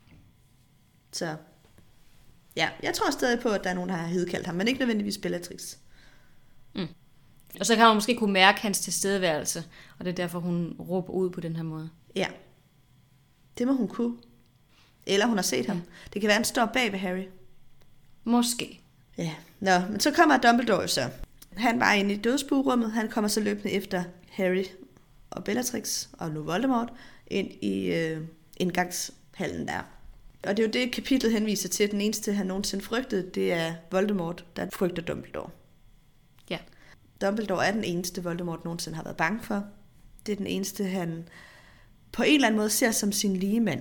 Så ja, jeg tror stadig på, at der er nogen, der har hidkaldt ham, men ikke nødvendigvis Bellatrix. Mm. Og så kan man måske kunne mærke hans tilstedeværelse, og det er derfor, hun råber ud på den her måde. Ja. Det må hun kunne. Eller hun har set ja. ham. Det kan være, han står bag ved Harry. Måske. Ja. Nå, men så kommer Dumbledore så. Han var inde i dødsbuerummet. Han kommer så løbende efter Harry og Bellatrix og nu Voldemort ind i øh, indgangshallen der. Og det er jo det, kapitlet henviser til. Den eneste, han nogensinde frygtede, det er Voldemort, der frygter Dumbledore. Ja. Dumbledore er den eneste, Voldemort nogensinde har været bange for. Det er den eneste, han på en eller anden måde ser som sin ligemand.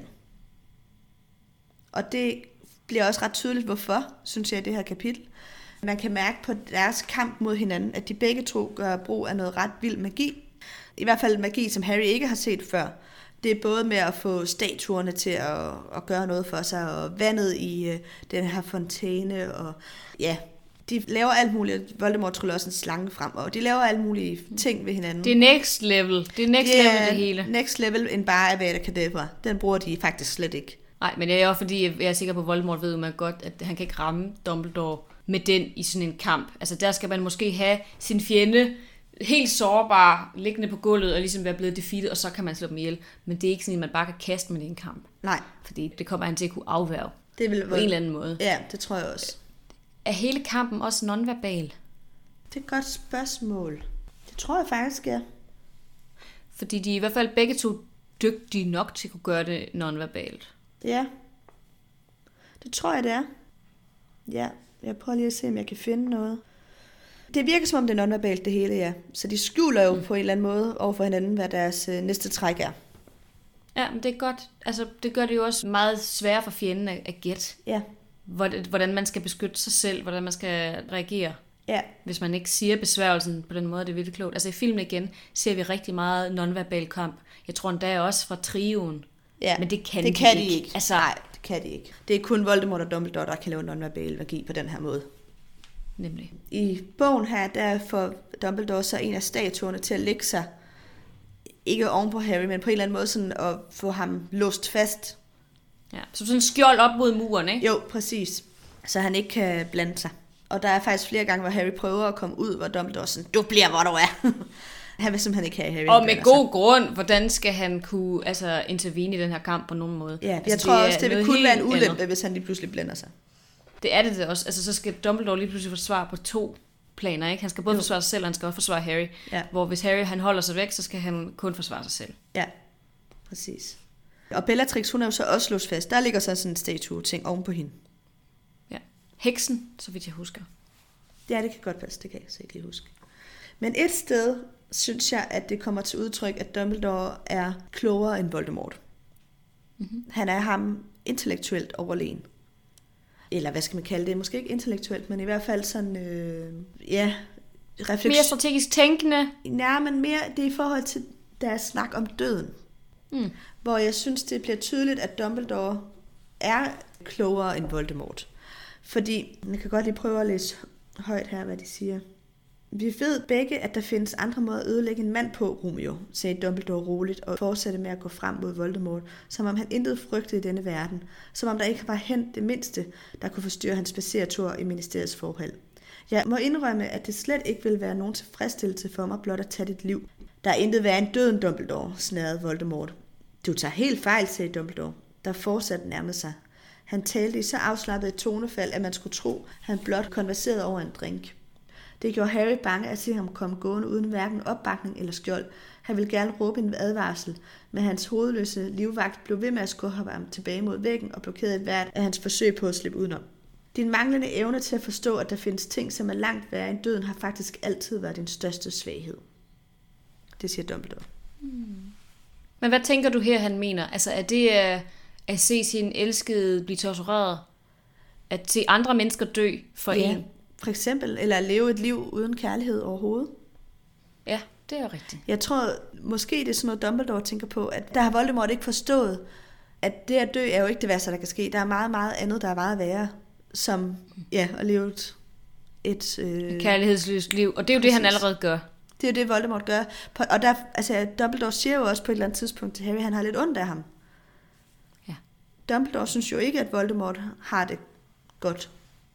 Og det bliver også ret tydeligt, hvorfor, synes jeg, i det her kapitel. Man kan mærke på deres kamp mod hinanden, at de begge to gør brug af noget ret vild magi. I hvert fald magi, som Harry ikke har set før. Det er både med at få statuerne til at, at gøre noget for sig, og vandet i uh, den her fontæne, og ja, de laver alt muligt. Voldemort tryller også en slange frem, og de laver alle mulige ting ved hinanden. Det er next level. Det er next det er level det hele. Next level end bare Avada Kedavra. Den bruger de faktisk slet ikke. Nej, men det er jo fordi, jeg er sikker på, at Voldemort ved man godt, at han kan ikke ramme Dumbledore med den i sådan en kamp. Altså der skal man måske have sin fjende helt sårbar, liggende på gulvet og ligesom være blevet defeated, og så kan man slå dem ihjel. Men det er ikke sådan, at man bare kan kaste med det i en kamp. Nej. Fordi det kommer han til at kunne afværge. Det vil på en eller anden måde. Ja, det tror jeg også. Er hele kampen også nonverbal? Det er et godt spørgsmål. Det tror jeg faktisk, ja. Fordi de er i hvert fald begge to dygtige nok til at kunne gøre det nonverbalt. Ja. Det tror jeg, det er. Ja, jeg prøver lige at se, om jeg kan finde noget. Det virker som om, det er nonverbalt, det hele, ja. Så de skjuler jo mm. på en eller anden måde over for hinanden, hvad deres øh, næste træk er. Ja, men det er godt. Altså, det gør det jo også meget sværere for fjenden at, at gætte. Ja. Hvordan man skal beskytte sig selv, hvordan man skal reagere. Ja. Hvis man ikke siger besværgelsen på den måde, det er virkelig klogt. Altså i filmen igen, ser vi rigtig meget nonverbal kamp. Jeg tror endda også fra trioen. Ja, men det kan, det de, kan ikke. de ikke. Altså, nej, det kan de ikke. Det er kun Voldemort og Dumbledore, der kan lave nonverbal magi på den her måde. Nemlig. I bogen her, der får Dumbledore så en af statuerne til at lægge sig, ikke oven på Harry, men på en eller anden måde sådan at få ham låst fast. Ja, så sådan en skjold op mod muren, ikke? Jo, præcis. Så han ikke kan blande sig. Og der er faktisk flere gange, hvor Harry prøver at komme ud, hvor Dumbledore sådan, du bliver, hvor du er. Han vil simpelthen ikke have Harry. Og med god grund, hvordan skal han kunne altså, intervene i den her kamp på nogen måde? Ja, jeg altså, tror det også, det vil kun være en ulempe, andet. hvis han lige pludselig blander sig. Det er det det også. Altså, så skal Dumbledore lige pludselig forsvare på to planer, ikke? Han skal både jo. forsvare sig selv, og han skal også forsvare Harry. Ja. Hvor hvis Harry han holder sig væk, så skal han kun forsvare sig selv. Ja, præcis. Og Bellatrix, hun er jo så også låst fast. Der ligger så sådan en statue-ting oven på hende. Ja. Heksen, så vidt jeg husker. Ja, det kan godt passe, det kan jeg så ikke lige huske. Men et sted synes jeg, at det kommer til udtryk, at Dumbledore er klogere end Voldemort. Mm-hmm. Han er ham intellektuelt overlegen. Eller hvad skal man kalde det? Måske ikke intellektuelt, men i hvert fald sådan, øh, ja... Refleks- mere strategisk tænkende? Nej, men mere det er i forhold til deres snak om døden. Mm. Hvor jeg synes, det bliver tydeligt, at Dumbledore er klogere end Voldemort. Fordi, jeg kan godt lige prøve at læse højt her, hvad de siger. Vi ved begge, at der findes andre måder at ødelægge en mand på, Romeo, sagde Dumbledore roligt og fortsatte med at gå frem mod Voldemort, som om han intet frygtede i denne verden, som om der ikke var hent det mindste, der kunne forstyrre hans spaceretur i ministeriets forhold. Jeg må indrømme, at det slet ikke vil være nogen tilfredsstillelse for mig blot at tage dit liv. Der er intet værre end døden, Dumbledore, snærede Voldemort. Du tager helt fejl, sagde Dumbledore, der fortsatte nærmede sig. Han talte i så afslappet et tonefald, at man skulle tro, han blot konverserede over en drink. Det gjorde Harry bange at se ham komme gående uden hverken opbakning eller skjold. Han ville gerne råbe en advarsel, men hans hovedløse livvagt blev ved med at skubbe ham tilbage mod væggen og blokerede et hvert af hans forsøg på at slippe udenom. Din manglende evne til at forstå, at der findes ting, som er langt værre end døden, har faktisk altid været din største svaghed. Det siger Dumbledore. Hmm. Men hvad tænker du her, han mener? Altså, er det uh, at se sin elskede blive tortureret? At se andre mennesker dø for ja, en? For eksempel. Eller at leve et liv uden kærlighed overhovedet. Ja, det er jo rigtigt. Jeg tror, måske det er sådan noget, Dumbledore tænker på, at der har Voldemort ikke forstået, at det at dø er jo ikke det værste, der kan ske. Der er meget, meget andet, der er meget værre, som ja, at leve et... et øh... kærlighedsløst liv. Og det er jo Præcis. Det, han allerede gør. Det er jo det, Voldemort gør. Og der, altså, Dumbledore siger jo også på et eller andet tidspunkt til Harry, han har lidt ondt af ham. Ja. Dumbledore synes jo ikke, at Voldemort har det godt.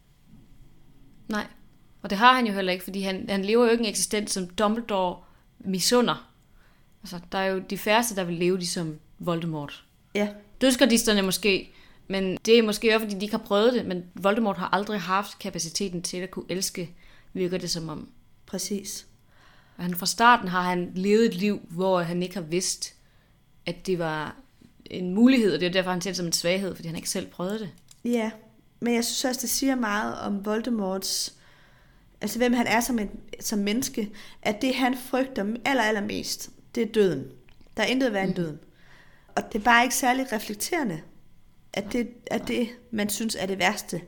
Nej, og det har han jo heller ikke, fordi han, han lever jo ikke en eksistens, som Dumbledore misunder. Altså, der er jo de færreste, der vil leve ligesom Voldemort. Ja. Dødsgardisterne måske, men det er måske også, fordi de ikke har prøvet det, men Voldemort har aldrig haft kapaciteten til at kunne elske, virker det som om. Præcis. Og han fra starten har han levet et liv, hvor han ikke har vidst, at det var en mulighed, og det er derfor, han ser det som en svaghed, fordi han ikke selv prøvede det. Ja, men jeg synes også, det siger meget om Voldemorts, altså hvem han er som, en, som menneske, at det han frygter aller, allermest, det er døden. Der er intet værre end døden. Og det er bare ikke særlig reflekterende, at det er det, man synes er det værste.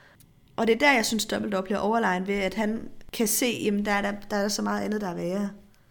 Og det er der, jeg synes, Dumbledore bliver overlegen ved, at han kan se, jamen der er der, der er så meget andet, der er værre.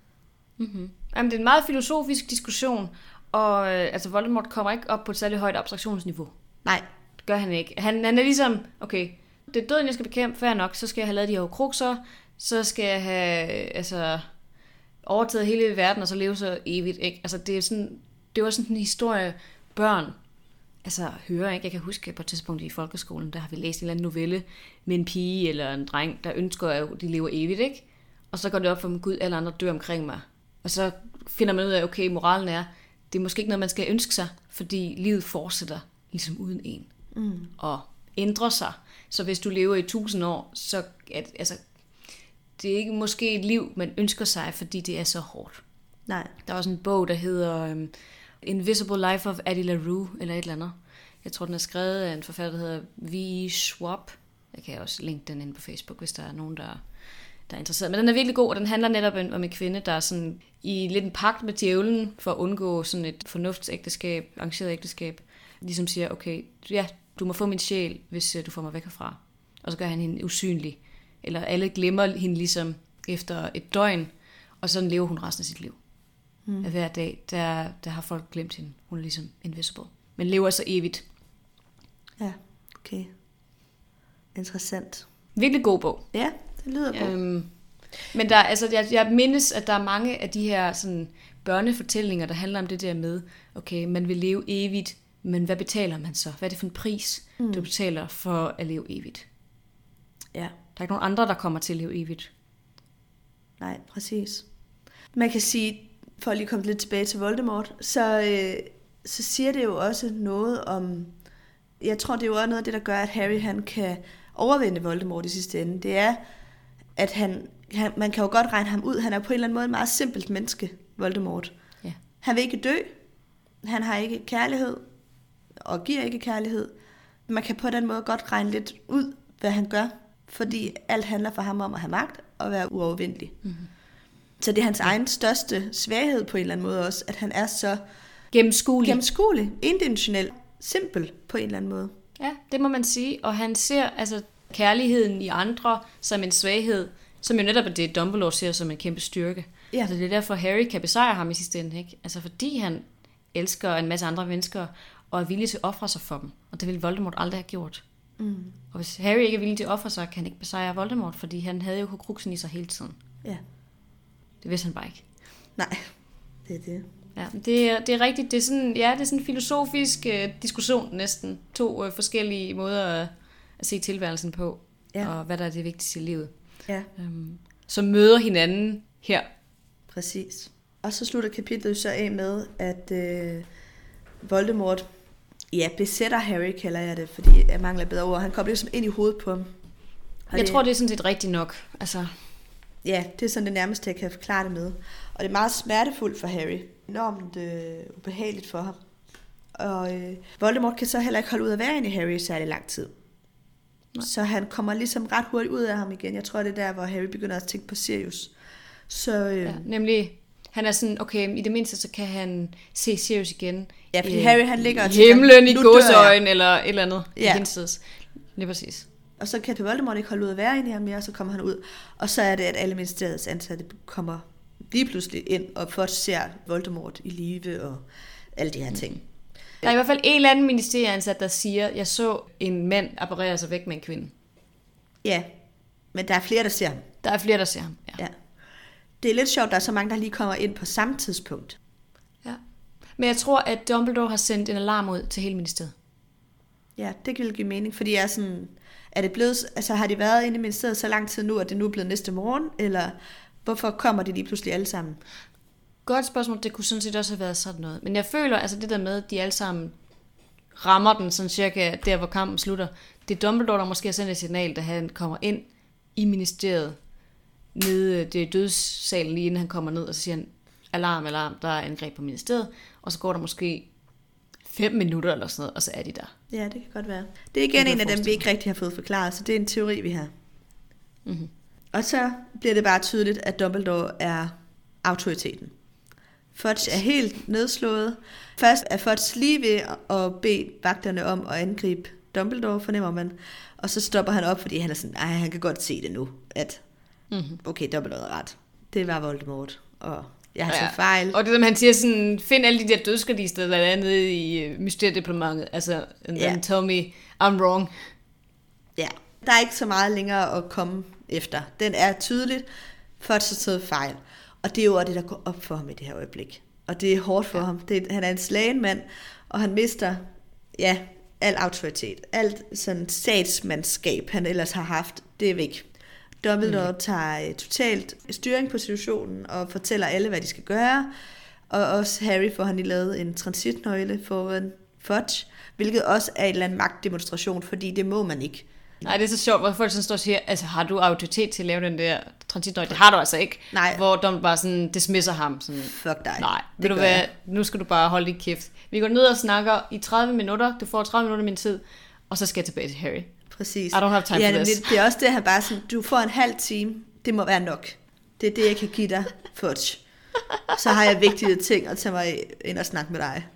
Mm-hmm. Jamen, det er en meget filosofisk diskussion, og øh, altså Voldemort kommer ikke op på et særligt højt abstraktionsniveau. Nej. Det gør han ikke. Han, han er ligesom, okay, det er døden, jeg skal bekæmpe, fair nok, så skal jeg have lavet de her krukser, så skal jeg have altså, overtaget hele verden, og så leve så evigt. Ikke? Altså, det, er sådan, det var sådan en historie, børn altså, hører. Ikke? Jeg kan huske på et tidspunkt i folkeskolen, der har vi læst en eller anden novelle med en pige eller en dreng, der ønsker, at de lever evigt. Ikke? Og så går det op for dem, Gud, alle andre dør omkring mig. Og så finder man ud af, okay, moralen er, det er måske ikke noget, man skal ønske sig, fordi livet fortsætter ligesom uden en. Mm. Og ændrer sig. Så hvis du lever i tusind år, så at, altså, det er ikke måske et liv, man ønsker sig, fordi det er så hårdt. Nej. Der er også en bog, der hedder um, Invisible Life of Addie LaRue, eller et eller andet. Jeg tror, den er skrevet af en forfatter, der hedder V. Schwab. Jeg kan også linke den ind på Facebook, hvis der er nogen, der, der er interesseret. Men den er virkelig god, og den handler netop om en kvinde, der er sådan i lidt en pagt med djævlen, for at undgå sådan et fornuftsægteskab, arrangeret ægteskab. Ligesom siger, okay, ja, du må få min sjæl, hvis du får mig væk herfra. Og så gør han hende usynlig. Eller alle glemmer hende ligesom efter et døgn, og sådan lever hun resten af sit liv. Mm. Hver dag, der, der har folk glemt hende. Hun er ligesom invisible. Men lever så evigt. Ja, okay. Interessant. Virkelig god bog. Ja, det lyder godt. Øhm, men der, altså, jeg, jeg mindes, at der er mange af de her sådan, børnefortællinger, der handler om det der med, okay, man vil leve evigt, men hvad betaler man så? Hvad er det for en pris, mm. du betaler for at leve evigt? Ja. Der er ikke nogen andre, der kommer til at leve evigt. Nej, præcis. Man kan sige, for at lige komme lidt tilbage til Voldemort, så, øh, så siger det jo også noget om, jeg tror, det er jo også noget af det, der gør, at Harry han kan overvinde Voldemort i sidste ende. Det er, at han, han, man kan jo godt regne ham ud. Han er på en eller anden måde en meget simpelt menneske, Voldemort. Ja. Han vil ikke dø. Han har ikke kærlighed, og giver ikke kærlighed. Man kan på den måde godt regne lidt ud, hvad han gør, fordi alt handler for ham om at have magt og være uovervindelig. Mm-hmm. Så det er hans egen største svaghed på en eller anden måde også, at han er så gennemskuelig, gennemskuelig indimensionel, simpel på en eller anden måde. Ja, det må man sige. Og han ser altså kærligheden i andre som en svaghed, som jo netop er det, Dumbledore ser som en kæmpe styrke. Ja. Altså det er derfor, Harry kan besejre ham i sidste ende, ikke? Altså fordi han elsker en masse andre mennesker, og er villig til at ofre sig for dem. Og det ville Voldemort aldrig have gjort. Mm. Og hvis Harry ikke er villig til at ofre sig, kan han ikke besejre Voldemort, fordi han havde jo Horcruxen i sig hele tiden. Ja. Det vidste han bare ikke. Nej, det er det. Ja, det er, det er rigtigt. Det er sådan, ja, det er sådan en filosofisk uh, diskussion næsten. To uh, forskellige måder at, at se tilværelsen på, ja. Og hvad der er det vigtigste i livet. Ja. Um, som møder hinanden her. Præcis. Og så slutter kapitlet så af med, at øh, Voldemort, ja, besætter Harry, kalder jeg det, fordi jeg mangler bedre ord. Han kommer ligesom ind i hovedet på ham. Og jeg det, tror, det er sådan set rigtigt nok. Altså. Ja, det er sådan det nærmeste, jeg kan forklare det med. Og det er meget smertefuldt for Harry. Enormt øh, ubehageligt for ham. Og øh, Voldemort kan så heller ikke holde ud at være inde i Harry i særlig lang tid. Nej. Så han kommer ligesom ret hurtigt ud af ham igen. Jeg tror, det er der, hvor Harry begynder at tænke på Sirius. Så, øh, ja, nemlig, han er sådan, okay, i det mindste, så kan han se Sirius igen. Ja, fordi øh, Harry, han ligger og tænker, himlen i godsøjen, eller et eller andet. Ja. Hinsides. Lige præcis. Og så kan Voldemort ikke holde ud at være inde i ham mere, og så kommer han ud. Og så er det, at alle ministeriets ansatte kommer lige pludselig ind, og først ser Voldemort i live, og alle de her ting. Der er i hvert fald en eller anden ministerieansat, der siger, jeg så en mand apparere sig væk med en kvinde. Ja, men der er flere, der ser ham. Der er flere, der ser ham, ja. Ja. Det er lidt sjovt, der er så mange, der lige kommer ind på samme tidspunkt. Ja. Men jeg tror, at Dumbledore har sendt en alarm ud til hele ministeriet. Ja, det kan give mening, fordi jeg er sådan, er det blevet, altså har de været inde i ministeriet så lang tid nu, at det nu er blevet næste morgen, eller hvorfor kommer de lige pludselig alle sammen? Godt spørgsmål, det kunne sådan set også have været sådan noget. Men jeg føler, altså det der med, at de alle sammen rammer den sådan cirka der, hvor kampen slutter. Det er Dumbledore, der måske har sendt et signal, da han kommer ind i ministeriet, nede, det er dødssalen lige inden han kommer ned, og så siger han, alarm, alarm, der er angreb på ministeriet, og så går der måske fem minutter eller sådan noget, og så er de der. Ja, det kan godt være. Det er igen en af dem, vi ikke rigtig har fået forklaret, så det er en teori, vi har. Mm-hmm. Og så bliver det bare tydeligt, at Dumbledore er autoriteten. Fudge er helt nedslået. Først er Fudge lige ved at bede vagterne om at angribe Dumbledore, fornemmer man. Og så stopper han op, fordi han er sådan, ej, han kan godt se det nu, at mm-hmm. okay, Dumbledore er ret. Det var Voldemort, og jeg har ja. taget fejl. Og det der, han siger sådan, find alle de der dødsgardister, der er nede i mysteriediplomatet, altså, and then ja. tell me I'm wrong. Ja, der er ikke så meget længere at komme efter. Den er tydeligt, Fudge har taget fejl. Og det er jo det, der går op for ham i det her øjeblik. Og det er hårdt for ja. ham. Det er, han er en slagen mand, og han mister, ja, al autoritet. Alt sådan statsmandskab, han ellers har haft, det er væk. Dumbledore mm. tager totalt styring på situationen, og fortæller alle, hvad de skal gøre. Og også Harry får han lige lavet en transitnøgle foran Fudge, hvilket også er en eller anden magtdemonstration, fordi det må man ikke. Nej, det er så sjovt, hvor folk sådan står og siger, altså har du autoritet til at lave den der transitnøgle? Det har du altså ikke. Nej. Hvor Dumbledore bare sådan dismisser ham. Sådan, fuck dig. Nej, ved du hvad, nu skal du bare holde dit kæft. Vi går ned og snakker i tredive minutter, du får tredive minutter af min tid, og så skal jeg tilbage til Harry. Præcis. I don't have time ja, for this. Det er også det, han bare sådan, du får en halv time, det må være nok. Det er det, jeg kan give dig, Fudge. Så har jeg vigtige ting at tage mig ind og snakke med dig.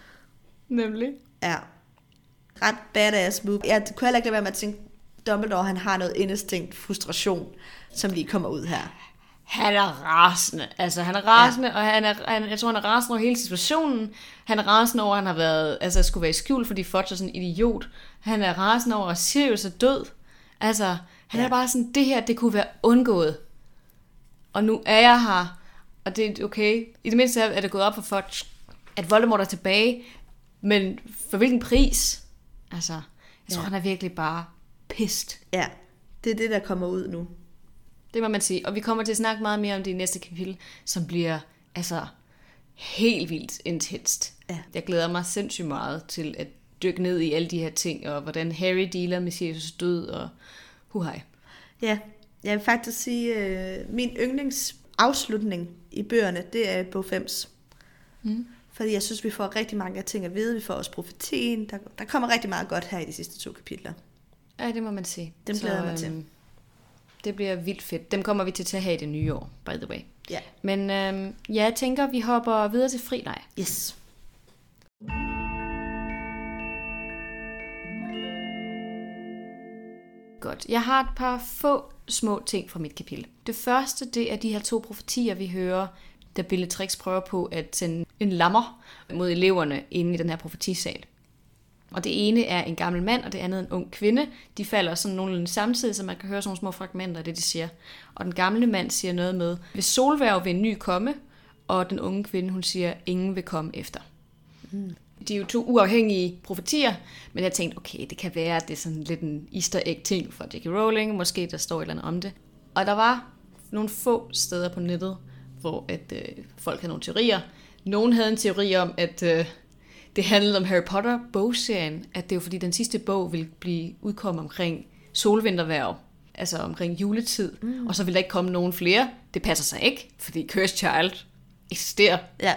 Nemlig. Ja. Ret badass move. Jeg kunne heller ikke lade være med at tænke, Dumbledore, han har noget indestængt frustration, som lige kommer ud her. Han er rasende. Altså, han er rasende, ja. og han er, han, jeg tror, han er rasende over hele situationen. Han er rasende over, at han har været, altså, skulle være i skjul, fordi Fudge er sådan en idiot. Han er rasende over, at Sirius er død. Altså, han ja. er bare sådan, det her, det kunne være undgået. Og nu er jeg her, og det er okay. I det mindste er det gået op for Fudge, at Voldemort er tilbage, men for hvilken pris? Altså, jeg tror, ja. han er virkelig bare pissed. Ja, det er det, der kommer ud nu. Det må man sige. Og vi kommer til at snakke meget mere om det i næste kapitel, som bliver altså helt vildt intenst. Ja. Jeg glæder mig sindssygt meget til at dykke ned i alle de her ting, og hvordan Harry dealer med Sirius død, og huhej. Ja, jeg vil faktisk sige, at min yndlingsafslutning i bøgerne, det er bog fem. Mm. Fordi jeg synes, vi får rigtig mange ting at vide. Vi får også profetien. Der, der kommer rigtig meget godt her i de sidste to kapitler. Ja, det må man sige. Dem glæder jeg mig til. Øhm, det bliver vildt fedt. Dem kommer vi til at have i det nye år, by the way. Ja. Men øhm, ja, jeg tænker, vi hopper videre til frileg. Yes. Godt. Jeg har et par få små ting fra mit kapitel. Det første, det er de her to profetier, vi hører, da Bellatrix prøver på at sende en lammer mod eleverne inde i den her profetisal. Og det ene er en gammel mand, og det andet er en ung kvinde. De falder sådan nogenlunde samtidig, så man kan høre sådan nogle små fragmenter af det, de siger. Og den gamle mand siger noget med, hvis solværv vil en ny komme, og den unge kvinde, hun siger, ingen vil komme efter. Mm. De er jo to uafhængige profetier, men jeg tænkte, okay, det kan være, at det er sådan lidt en easter egg ting fra J K Rowling, måske der står et eller andet om det. Og der var nogle få steder på nettet, hvor at, øh, folk havde nogle teorier. Nogen havde en teori om, at øh, det handlede om Harry Potter-bogserien, at det var fordi den sidste bog ville blive udkommet omkring solvinterværv, altså omkring juletid, mm. og så ville der ikke komme nogen flere. Det passer sig ikke, fordi Cursed Child eksisterer. Ja.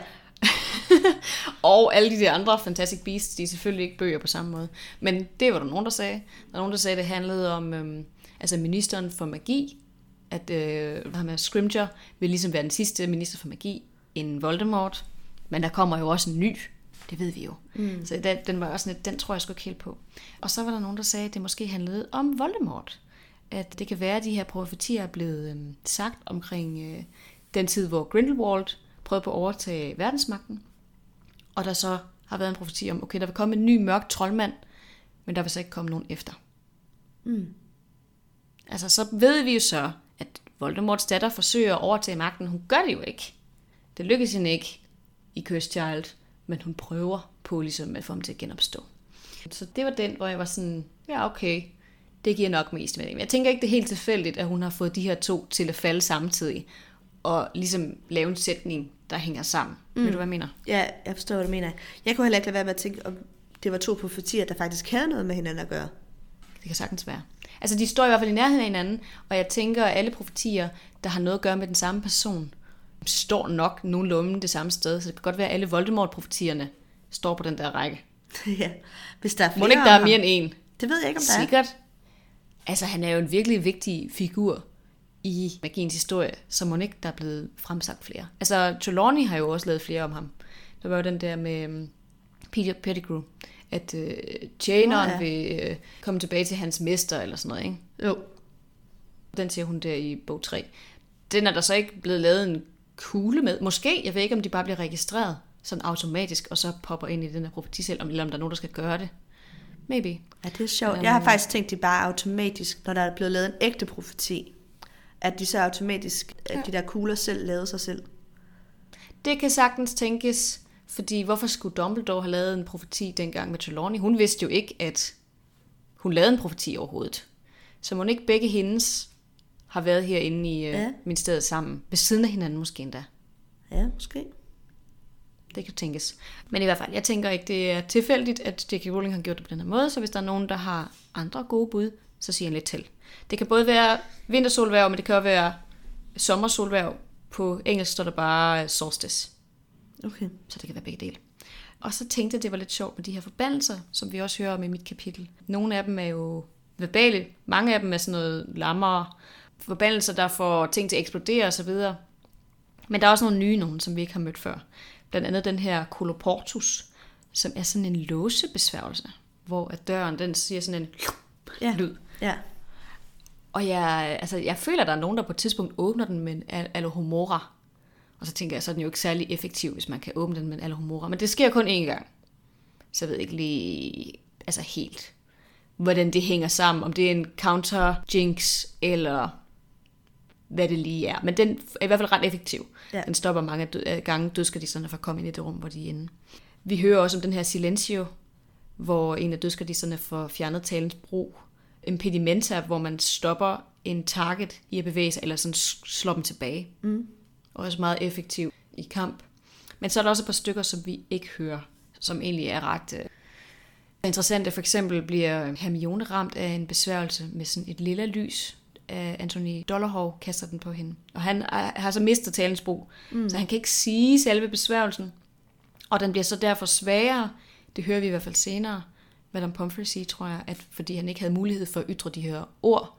Og alle de der andre Fantastic Beasts, de er selvfølgelig ikke bøger på samme måde. Men det var der nogen, der sagde. Der var nogen, der sagde, at det handlede om øhm, altså ministeren for magi, at øh, ham med Scrimger vil ligesom være den sidste minister for magi inden Voldemort. Men der kommer jo også en ny. Det ved vi jo. Mm. Så den, den var også lidt, den tror jeg sgu ikke helt på. Og så var der nogen, der sagde, at det måske handlede om Voldemort. At det kan være, at de her profetier er blevet øhm, sagt omkring øh, den tid, hvor Grindelwald prøvede på at overtage verdensmagten. Og der så har været en profeti om, okay, der vil komme en ny mørk troldmand, men der vil så ikke komme nogen efter. Mm. Altså, så ved vi jo så, at Voldemorts datter forsøger at overtage magten. Hun gør det jo ikke. Det lykkes hende ikke i Cursed Child, men hun prøver på ligesom at få ham til at genopstå. Så det var den, hvor jeg var sådan, ja okay, det giver nok mest mening. Jeg tænker ikke, det er helt tilfældigt, at hun har fået de her to til at falde samtidig, og ligesom lave en sætning, der hænger sammen. Mm. Ved du, hvad jeg mener? Ja, jeg forstår, hvad du mener. Jeg kunne heller ikke lade være med at tænke, om det var to profetier, der faktisk havde noget med hinanden at gøre. Det kan sagtens være. Altså, de står i hvert fald i nærheden af hinanden, og jeg tænker, at alle profetier, der har noget at gøre med den samme person, står nok nogenlunde det samme sted. Så det kan godt være, at alle Voldemort-profetierne står på den der række. Ja, hvis der er flere. Må ikke der er mere end en? Det ved jeg ikke, om der er. Sikkert. Altså, han er jo en virkelig vigtig figur i magiens historie, så må ikke der er blevet fremsagt flere. Altså, Trelawney har jo også lavet flere om ham. Der var jo den der med um, Peter Pettigrew, at uh, tjeneren oh, ja. vil uh, komme tilbage til hans mester, eller sådan noget, ikke? Jo. Den siger hun der i bog tre. Den er der så ikke blevet lavet en kugle med. Måske, jeg ved ikke, om de bare bliver registreret sådan automatisk, og så popper ind i den her profetisel, eller om der er nogen, der skal gøre det. Maybe. Ja, det er sjovt. Um, jeg har faktisk tænkt, de bare automatisk, når der er blevet lavet en ægte profeti, at de så automatisk, at ja. de der kugler selv lavede sig selv. Det kan sagtens tænkes, fordi hvorfor skulle Dumbledore have lavet en profeti dengang med Trelawney? Hun vidste jo ikke, at hun lavede en profeti overhovedet. Så må ikke begge hendes har været herinde i ja. uh, ministeriet sammen, ved siden af hinanden måske endda. Ja, måske. Det kan tænkes. Men i hvert fald, jeg tænker ikke, det er tilfældigt, at J K Rowling har gjort det på den her måde, så hvis der er nogen, der har andre gode bud, så siger han lidt til. Det kan både være vintersolværv, men det kan også være sommersolværv. På engelsk står der bare solstice. Okay. Så det kan være begge dele. Og så tænkte jeg, at det var lidt sjovt med de her forbandelser, som vi også hører om i mit kapitel. Nogle af dem er jo verbale. Mange af dem er sådan noget lammere. Forbandelser, der får ting til at eksplodere osv. Men der er også nogle nye nogen, som vi ikke har mødt før. Blandt andet den her Colloportus, som er sådan en låsebesværgelse, hvor at døren, den siger sådan en ja. lyd. Ja. Og jeg, altså, jeg føler, at der er nogen, der på et tidspunkt åbner den med en Alohomora. Og så tænker jeg, så er den jo ikke særlig effektiv, hvis man kan åbne den med en Alohomora. Men det sker kun én gang. Så jeg ved ikke lige altså helt, hvordan det hænger sammen. Om det er en counter-jinx, eller hvad det lige er. Men den er i hvert fald ret effektiv. Ja. Den stopper mange død, gange dødskardisterne fra at komme ind i det rum, hvor de er inde. Vi hører også om den her Silencio, hvor en af dødskardisterne får fjernet talens brug. Impedimenta, hvor man stopper en target i at bevæge sig, eller sådan slår dem tilbage. Mm. Også meget effektiv i kamp. Men så er der også et par stykker, som vi ikke hører, som egentlig er ret uh, interessante. For eksempel bliver Hermione ramt af en besværgelse med sådan et lilla lys. Uh, Anthony Dolohov kaster den på hende. Og han uh, har så mistet talens brug, mm. så han kan ikke sige selve besværgelsen. Og den bliver så derfor svagere, det hører vi i hvert fald senere, Madame Pomfrey siger, tror jeg, at fordi han ikke havde mulighed for at ytre de her ord,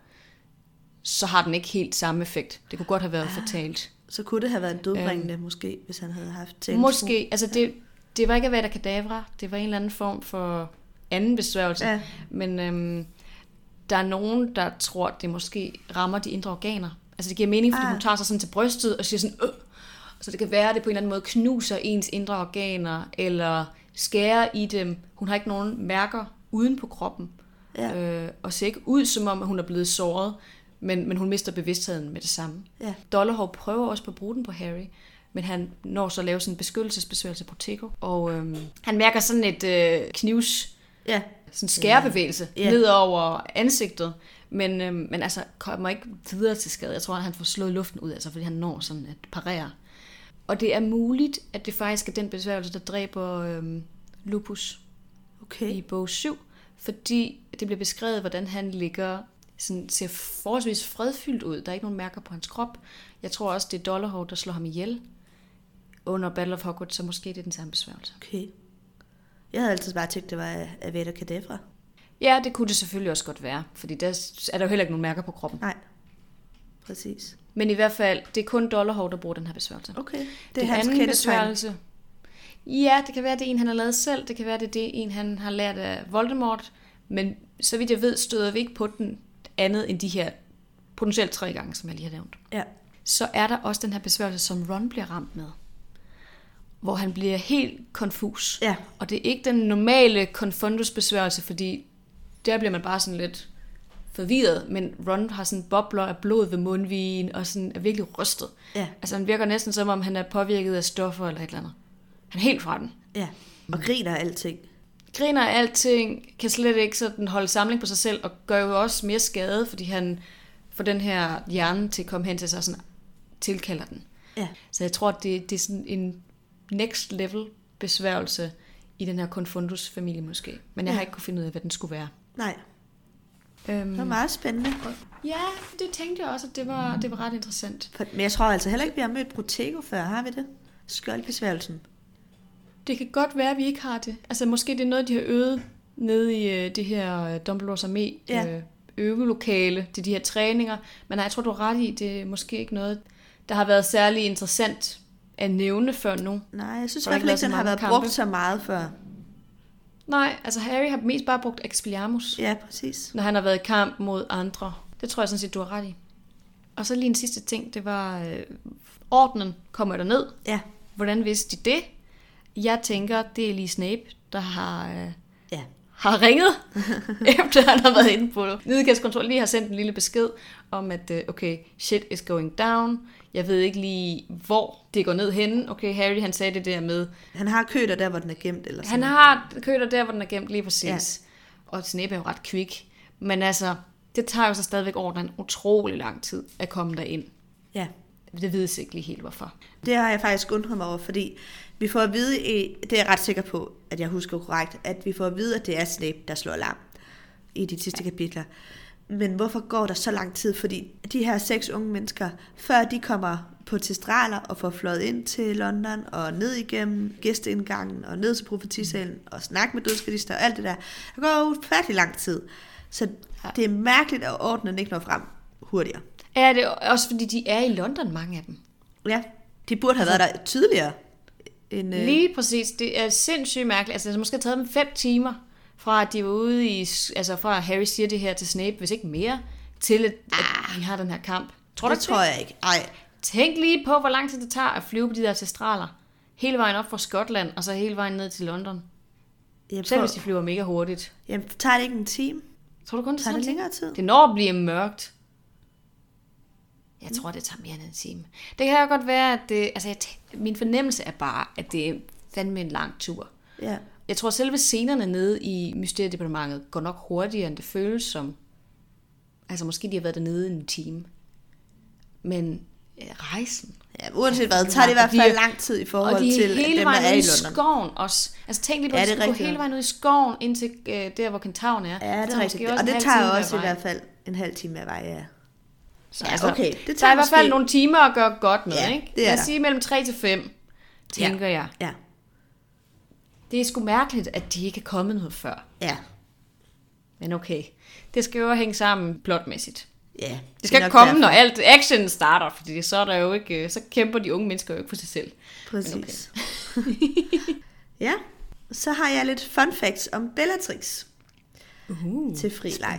så har den ikke helt samme effekt. Det kunne godt have været ah, fatalt. Så kunne det have været en dødbringende, øhm, måske, hvis han havde haft tændt. Måske, altså det, det var ikke Avada Kedavra, det var en eller anden form for anden besværgelse. Ja. Men øhm, der er nogen, der tror, at det måske rammer de indre organer. Altså det giver mening, fordi ah. hun tager sig sådan til brystet og siger sådan, øh. Så det kan være, at det på en eller anden måde knuser ens indre organer, eller skærer i dem. Hun har ikke nogen mærker uden på kroppen. Ja. Øh, og ser ikke ud, som om at hun er blevet såret, men, men hun mister bevidstheden med det samme. Ja. Dollahov prøver også på at bruge den på Harry, men han når så at lave sådan en beskyttelsesbesværgelse på Tego. Og øhm, han mærker sådan et øh, knivs, ja. sådan en skærebevægelse ja. ned over ansigtet, men, øhm, men altså kommer ikke videre til skade. Jeg tror, at han får slået luften ud, altså, fordi han når sådan at parere. Og det er muligt, at det faktisk er den besværgelse, der dræber øhm, Lupus okay. i bog syv, fordi det bliver beskrevet, hvordan han ligger, sådan, ser forholdsvis fredfyldt ud. Der er ikke nogen mærker på hans krop. Jeg tror også, det er Dollahov, der slår ham ihjel under Battle of Hogwarts, så måske det er den samme besværgelse. Okay. Jeg havde altid bare tænkt, det var Avada Kedavra. Ja, det kunne det selvfølgelig også godt være, fordi der er der jo heller ikke nogen mærker på kroppen. Nej, præcis. Men i hvert fald, det er kun Dollahov, der bruger den her besværgelse. Okay, det er det hans anden besværgelse. Ja, det kan være, det er en, han har lavet selv. Det kan være, det er det, en, han har lært af Voldemort. Men så vidt jeg ved, støder vi ikke på den andet end de her potentielt tre gange, som jeg lige har nævnt. Ja. Så er der også den her besværgelse, som Ron bliver ramt med. Hvor han bliver helt konfus. Ja. Og det er ikke den normale Confundus-besværgelse, fordi der bliver man bare sådan lidt forvirret, men Ron har sådan bobler af blod ved mundvigen, og sådan er virkelig rystet. Ja. Altså han virker næsten som om, han er påvirket af stoffer eller et eller andet. Han er helt fra den. Ja, og griner af alting. Griner af alting, kan slet ikke sådan holde samling på sig selv, og gør jo også mere skade, fordi han får den her hjerne til at komme hen til sig, og sådan tilkalder den. Ja. Så jeg tror, at det, det er sådan en next level besværgelse i den her Confundus-familie måske. Men jeg ja. har ikke kunne finde ud af, hvad den skulle være. Nej. Øhm, det var meget spændende. Ja, det tænkte jeg også, at det var, det var ret interessant. Men jeg tror altså heller ikke, vi har mødt Protego før, har vi det? Skjoldbesværgelsen. Det kan godt være, at vi ikke har det. Altså måske det er noget, de har øvet nede i uh, det her Dumbledores Armé ja. uh, øvelokale til de her træninger. Men nej, jeg tror, du er ret i, det er måske ikke noget, der har været særlig interessant at nævne før nu. Nej, jeg synes ikke, at den har været kampe. brugt så meget før. Nej, altså Harry har mest bare brugt Expelliarmus. Ja, præcis. Når han har været i kamp mod andre. Det tror jeg sådan set, du har ret i. Og så lige en sidste ting, det var, øh, ordenen kommer der ned. Ja. Hvordan vidste de det? Jeg tænker, det er lige Snape, der har, øh, ja. har ringet, efter han har været inde på Middelkærskontrol. Lige har sendt en lille besked om, at øh, okay, shit is going down. Jeg ved ikke lige, hvor det går ned henne. Okay, Harry, han sagde det der med... Han har køder der, hvor den er gemt, eller sådan. Han har køder der, hvor den er gemt, lige præcis. Ja. Og Snape er jo ret kvik. Men altså, det tager jo så stadigvæk over en utrolig lang tid at komme derind. Ja. Det ved jeg ikke lige helt, hvorfor. Det har jeg faktisk undret mig over, fordi vi får at vide, det er jeg ret sikker på, at jeg husker korrekt, at vi får at vide, at det er Snape, der slår alarm i de sidste ja. kapitler. Men hvorfor går der så lang tid? Fordi de her seks unge mennesker, før de kommer på testraler og får fløjet ind til London og ned igennem gæsteindgangen og ned til profetisalen og snakke med dødskalister og alt det der, der går jo færdig lang tid. Så ja. det er mærkeligt, at ordenen ikke når frem hurtigere. Er det også fordi, de er i London, mange af dem? Ja, de burde have været der tidligere. End, øh... Lige præcis. Det er sindssygt mærkeligt. Altså, det har måske taget dem fem timer, fra at de var ude i, altså fra at Harry siger det her til Snape, hvis ikke mere, til at, at vi har den her kamp. Tror det du tror jeg ikke. Ej. Tænk lige på, hvor lang tid det tager at flyve på de der testraler. Hele vejen op fra Skotland, og så hele vejen ned til London. Jamen, selv for... hvis de flyver mega hurtigt. Jamen, tager det ikke en time? Tror du kun, det tager det længere tid? Det når at blive mørkt. Jeg tror, det tager mere end en time. Det kan jo godt være, at det, altså, jeg t- min fornemmelse er bare, at det er fandme en lang tur. Ja. Jeg tror, at selve scenerne nede i Mysteriedepartementet går nok hurtigere, end det føles som. Altså, måske de har været dernede en time. Men ja, rejsen... Ja, uanset hvad, tager det i hvert fald lang tid i forhold til dem, der er i London. Og de er hele vejen ud i skoven også. Altså, tænk lige på, at ja, gå hele vejen ud i skoven, indtil uh, der, hvor Kentauren er. Ja, det er rigtigt. Og det tager også i hvert fald en halv time af vej, ja. Så altså, okay, det der er i hvert fald nogle timer at gøre godt med, ja, ikke? Det er Lad os sige mellem tre til fem, tænker ja. jeg. Ja. Det er sgu mærkeligt, at de ikke er kommet noget før. Ja. Men okay. Det skal jo hænge sammen plotmæssigt. Ja. Det skal ikke komme, derfor. Når alt action starter, fordi så er der jo ikke, så kæmper de unge mennesker jo ikke for sig selv. Præcis. Okay. Ja. Så har jeg lidt fun facts om Bellatrix uh, til fri leg.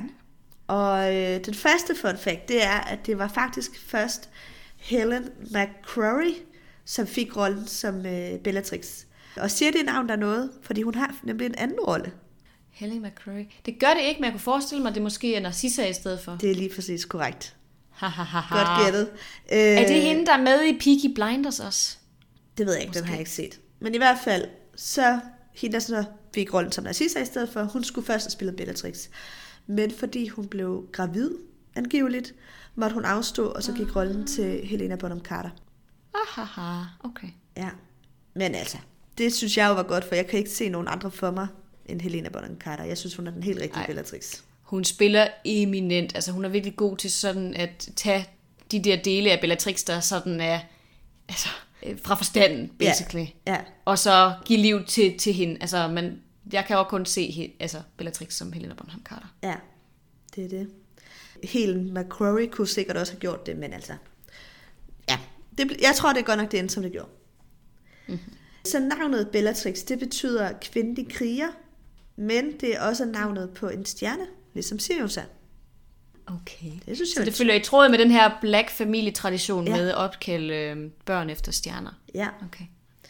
Og øh, den første fun fact, det er, at det var faktisk først Helen McCrory, som fik rollen som øh, Bellatrix. Og siger det navn der noget, fordi hun har nemlig en anden rolle. Helen McCrory. Det gør det ikke, men jeg kunne forestille mig, at det måske er Narcissa i stedet for. Det er lige præcis korrekt. Hahaha. Godt gættet. Øh, er det hende, der er med i Peaky Blinders også? Det ved jeg ikke, måske. Den har jeg ikke set. Men i hvert fald, så hende, der så fik rollen som Narcissa i stedet for, hun skulle først have spillet Bellatrix. Men fordi hun blev gravid, angiveligt, måtte hun afstå, og så gik ah. rollen til Helena Bonham Carter. Ahaha, okay. Ja, men altså, det synes jeg jo var godt, for jeg kan ikke se nogen andre for mig end Helena Bonham Carter. Jeg synes, hun er den helt rigtige Ej. Bellatrix. Hun spiller eminent. Altså, hun er virkelig god til sådan at tage de der dele af Bellatrix, der sådan er altså, fra forstanden, basically. Ja. Ja. Og så give liv til, til hende. Altså, man, jeg kan også kun se altså, Bellatrix som Helena Bonham Carter. Ja, det er det. Helen McCrory kunne sikkert også have gjort det, men altså... Ja, det, jeg tror, det er godt nok det endte, som det gjorde. Mm-hmm. Så navnet Bellatrix, det betyder kvindelig kriger, men det er også navnet på en stjerne, ligesom Sirius er. Okay. Det synes jeg, så det følger i tråd med den her black familietradition ja. Med at opkalde øh, børn efter stjerner. Ja. Okay.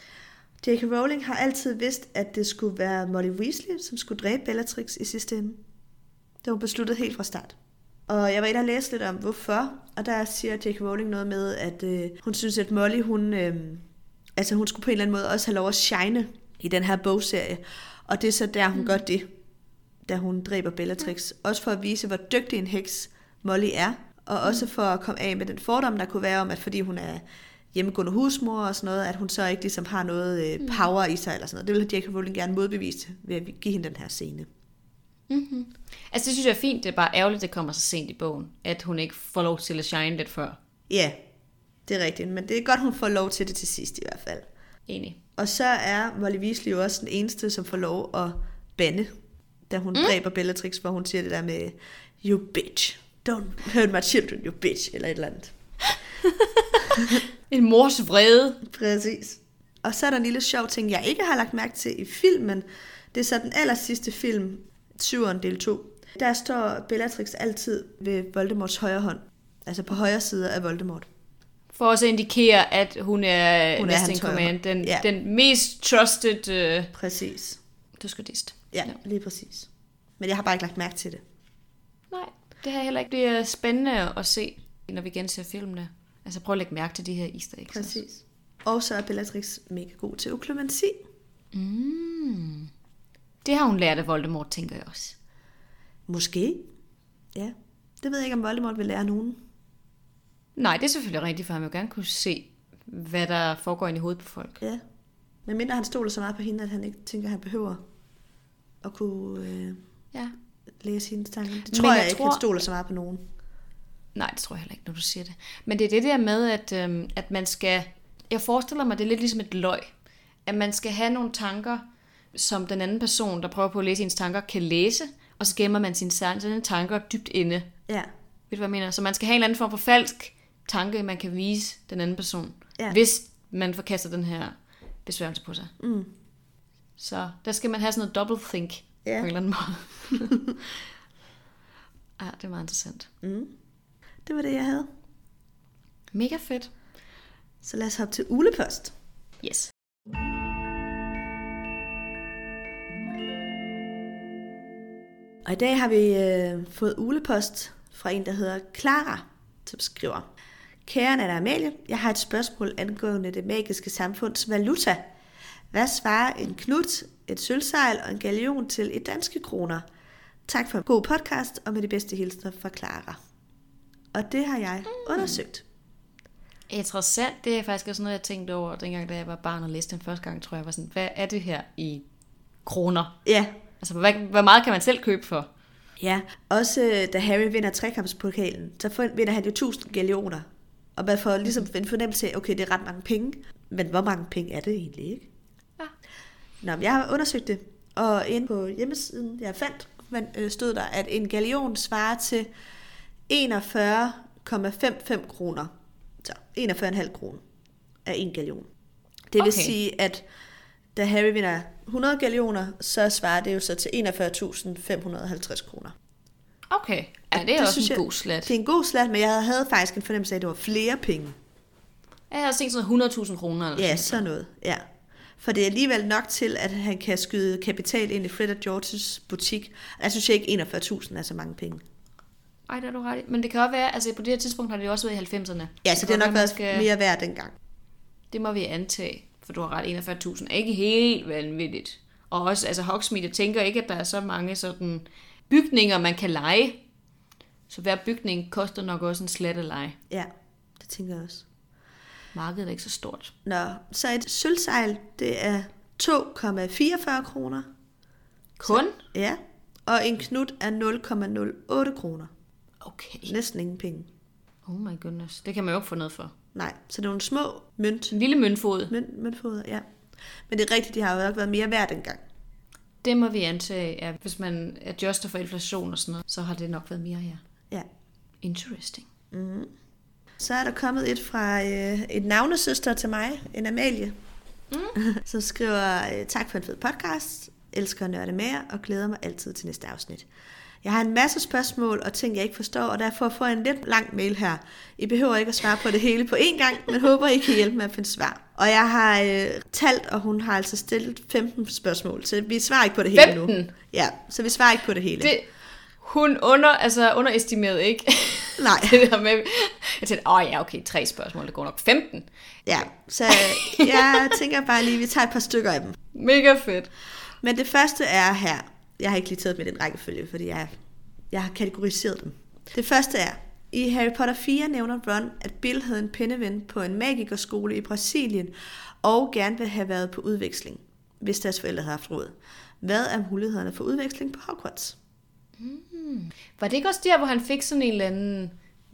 J K. Rowling har altid vidst, at det skulle være Molly Weasley, som skulle dræbe Bellatrix i sidste ende. Det var besluttet helt fra start. Og jeg var inde og læse lidt om, hvorfor. Og der siger J K. Rowling noget med, at øh, hun synes, at Molly, hun, øh, altså, hun skulle på en eller anden måde også have lov at shine i den her bogserie. Og det er så der, hun mm. gør det, da hun dræber Bellatrix. Mm. Også for at vise, hvor dygtig en heks Molly er. Og mm. også for at komme af med den fordom, der kunne være om, at fordi hun er hjemmegående husmor og sådan noget, at hun så ikke ligesom har noget øh, power i sig eller sådan noget. Det vil J K. Rowling gerne modbevise ved at give hende den her scene. Mm-hmm. Altså det synes jeg er fint, det er bare ærgerligt, det kommer så sent i bogen, at hun ikke får lov til at shine lidt før. Ja, det er rigtigt, men det er godt, hun får lov til det til sidst i hvert fald. Enig. Og så er Molly Weasley jo også den eneste, som får lov at bande, da hun mm. dræber Bellatrix, hvor hun siger det der med, you bitch, don't hurt my children, you bitch, eller et eller andet. En mors vrede. Præcis. Og så er der en lille sjov ting, jeg ikke har lagt mærke til i filmen. Det er så den aller sidste film, syveren del to. Der står Bellatrix altid ved Voldemorts højre hånd. Altså på højre side af Voldemort. For også at indikere, at hun er, hun er next in command. Den, ja. den mest trusted... Uh, præcis. Duskerdist. Ja, ja, lige præcis. Men jeg har bare ikke lagt mærke til det. Nej, det har jeg heller ikke. Det er spændende at se, når vi genser filmene. Altså prøv at lægge mærke til de her easter eggs. Præcis. Og så er Bellatrix mega god til oklumensi. Mm. Det har hun lært af Voldemort, tænker jeg også. Måske. Ja. Det ved jeg ikke, om Voldemort vil lære nogen. Nej, det er selvfølgelig rigtigt, for han vil jo gerne kunne se, hvad der foregår ind i hovedet på folk. Ja. Men mindre han stoler så meget på hende, at han ikke tænker, at han behøver at kunne øh, ja. læse hendes tanker. Det tror Men jeg, jeg ikke, tror... han stoler så meget på nogen. Nej, det tror jeg heller ikke, når du siger det. Men det er det der med, at, øhm, at man skal... Jeg forestiller mig, det er lidt ligesom et løg. At man skal have nogle tanker, som den anden person, der prøver på at læse ens tanker, kan læse, og så gemmer man sine sine tanker dybt inde. Ja. Ved du, hvad jeg mener? Så man skal have en eller anden form for falsk tanke, man kan vise den anden person, ja. Hvis man forkaster den her besværgelse på sig. Mm. Så der skal man have sådan noget double think, ja. På en eller anden måde. Ja, det er meget interessant. Mm. Det var det, jeg havde. Mega fedt. Så lad os hoppe til ulepost. Yes. Og i dag har vi øh, fået ulepost fra en, der hedder Clara, som skriver: Kære Nana Amalie, jeg har et spørgsmål angående det magiske samfunds valuta. Hvad svarer en knut, et sølvsejl og en galion til et danske kroner? Tak for en god podcast, og med de bedste hilsner fra Clara. Og det har jeg mm. undersøgt. Interessant. Det er faktisk også noget, jeg tænkte over, dengang da jeg var barn og læste den første gang, tror jeg var sådan, hvad er det her i kroner? Ja. Altså, hvad, hvor meget kan man selv købe for? Ja, også da Harry vinder trekampspokalen, så vinder han jo tusind galioner. Og man får ligesom en fornemmelse af, okay, det er ret mange penge, men hvor mange penge er det egentlig, ikke? Ja. Nå, men jeg har undersøgt det, og inde på hjemmesiden, jeg fandt, stod der, at en gallion svarer til enogfyrre komma femoghalvfems kroner. Så enogfyrre komma fem kroner er en gallion. Det vil okay. sige, at da Harry vinder hundrede gallioner, så svarer det jo så til enogfyrre tusind fem hundrede og halvtreds kroner. Okay, ja, det er det også en jeg, god slat. Det er en god slat, men jeg havde faktisk en fornemmelse af, at det var flere penge. Jeg havde set sådan hundrede tusind kroner. Eller ja, sådan sådan noget, ja. For det er alligevel nok til, at han kan skyde kapital ind i Fred og Georges butik. Jeg synes ikke, enogfyrre tusind er så mange penge. Ej, det er du ret i. Men det kan også være, altså på det her tidspunkt har det jo også været i halvfemserne. Ja, så det, det har nok været skal... mere værd dengang. Det må vi antage, for du har ret, enogfyrre tusind er ikke helt vanvittigt. Og også, altså Hogsmeade, jeg tænker ikke, at der er så mange sådan bygninger, man kan leje. Så hver bygning koster nok også en slat at leje. Ja, det tænker jeg også. Markedet er ikke så stort. Nå, så et sølvsejl, det er to komma fireogfyrre kroner. Kun? Så, ja, og en knut er nul komma nul otte kroner. Okay. Næsten ingen penge. Oh my goodness, det kan man jo ikke få noget for. Nej, så det er nogle små mønt. En lille møntfod. Mønt, møntfoder, ja. Men det er rigtigt, de har jo nok været mere værd dengang. Det må vi antage, at hvis man adjuster for inflation og sådan noget, så har det nok været mere, ja. Ja. Interesting. Mm. Så er der kommet et fra øh, et navnesøster til mig, en Amalie, mm. som skriver, øh, tak for en fed podcast, elsker at nørde mere og glæder mig altid til næste afsnit. Jeg har en masse spørgsmål og ting, jeg ikke forstår, og derfor får jeg en lidt lang mail her. I behøver ikke at svare på det hele på én gang, men håber, I kan hjælpe med at finde svar. Og jeg har øh, talt, og hun har altså stillet femten spørgsmål, så vi svarer ikke på det hele femten? nu. Ja, så vi svarer ikke på det hele. Det, hun under, altså underestimerede ikke. Nej. Det der med, jeg tænkte, åh ja, okay, tre spørgsmål, det går nok femten. Ja, så jeg tænker bare lige, vi tager et par stykker af dem. Mega fedt. Men det første er her. Jeg har ikke lige taget med den rækkefølge, fordi jeg, jeg har kategoriseret dem. Det første er, i Harry Potter fire nævner Ron, at Bill havde en pindeven på en magikerskole i Brasilien, og gerne ville have været på udveksling, hvis deres forældre havde haft råd. Hvad er mulighederne for udveksling på Hogwarts? Hmm. Var det ikke også der, hvor han fik sådan en eller anden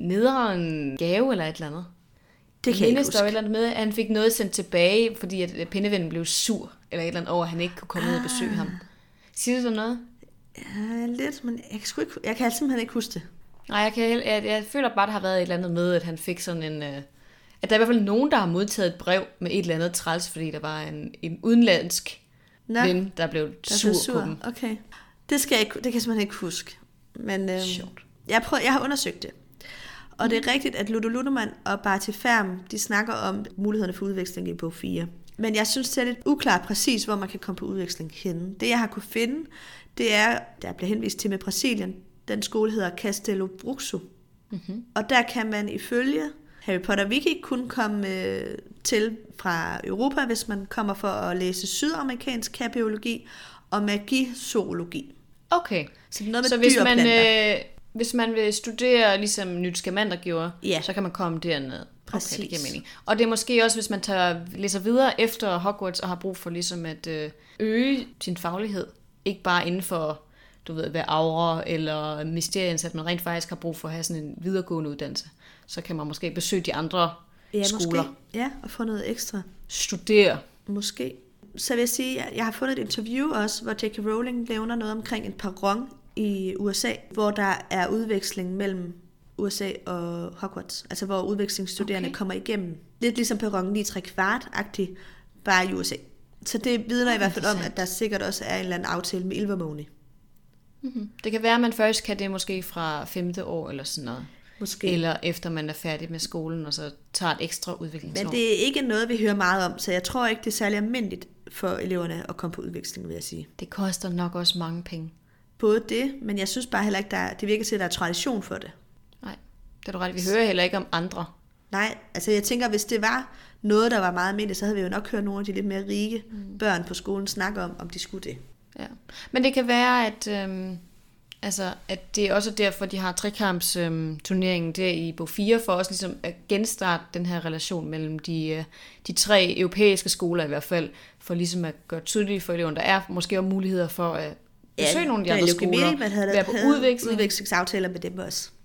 nederen gave eller et eller andet? Det kan jeg ikke huske. Der var et eller andet med, at han fik noget sendt tilbage, fordi at pindevennen blev sur, eller et eller andet over, at han ikke kunne komme ah. ud og besøge ham. Siger du så noget? Ja, lidt, men jeg kan, sgu ikke, jeg kan simpelthen ikke huske det. Nej, jeg, kan, jeg, jeg føler bare, der har været et eller andet med, at han fik sådan en... Uh, at der er i hvert fald nogen, der har modtaget et brev med et eller andet træls, fordi der var en, en udenlandsk Nå, ven, der blev der sur, sur på dem. Okay. Det, skal jeg ikke, det kan jeg simpelthen ikke huske. Men øh, jeg, prøver, jeg har undersøgt det. Og mm. det er rigtigt, at Ludo Ludoman og Barty Ferm, de snakker om mulighederne for udveksling i bog fire. Men jeg synes, det er lidt uklart præcis, hvor man kan komme på udveksling henne. Det, jeg har kunne finde, det er, der bliver henvist til med Brasilien. Den skole hedder Castelo Bruxo. Mm-hmm. Og der kan man ifølge Harry Potter Wiki kun komme øh, til fra Europa, hvis man kommer for at læse sydamerikansk herpeologi og magizoologi. Okay, så, det er noget med så hvis man, øh, hvis man vil studere, ligesom Newt Scamander gjorde, ja. Så kan man komme derned. Præcis. Okay, det giver mening. Og det er måske også, hvis man tager, læser videre efter Hogwarts og har brug for ligesom at øh, øge sin faglighed. Ikke bare inden for, du ved, hvad aura eller mysteriens, at man rent faktisk har brug for at have sådan en videregående uddannelse. Så kan man måske besøge de andre ja, skoler. Måske. Ja, og få noget ekstra. Studere. Måske. Så vil jeg sige, at jeg har fundet et interview også, hvor J K Rowling nævner noget omkring en perron i U S A, hvor der er udveksling mellem U S A og Hogwarts. Altså hvor udvekslingsstuderende okay. kommer igennem. Lidt ligesom perronen ni tre kvart-agtig, bare i U S A. Så det vidner i hvert fald om, at der sikkert også er en eller anden aftale med Ilvermorny. Mm-hmm. Det kan være, at man først kan det måske fra femte år eller sådan noget. Måske. Eller efter man er færdig med skolen, og så tager et ekstra udviklingsår. Men det er ikke noget, vi hører meget om, så jeg tror ikke, det er særlig almindeligt for eleverne at komme på udveksling, vil jeg sige. Det koster nok også mange penge. Både det, men jeg synes bare heller ikke, der, det virker til, at der er tradition for det. Nej, det er du ret. Vi hører heller ikke om andre. Nej, altså jeg tænker, hvis det var noget, der var meget almindeligt, så havde vi jo nok hørt nogle af de lidt mere rige mm. børn på skolen snakke om, om de skulle det. Ja, men det kan være, at... Øhm Altså, at det er også derfor, de har trekampsturneringen øhm, der i bog fire, for også ligesom at genstarte den her relation mellem de, øh, de tre europæiske skoler i hvert fald, for ligesom at gøre tydeligt for eleverne, der er måske også muligheder for at besøge ja, nogle af de andre skoler, mening, man havde, være på havde udveksling. udvekslingsaftaler med dem også.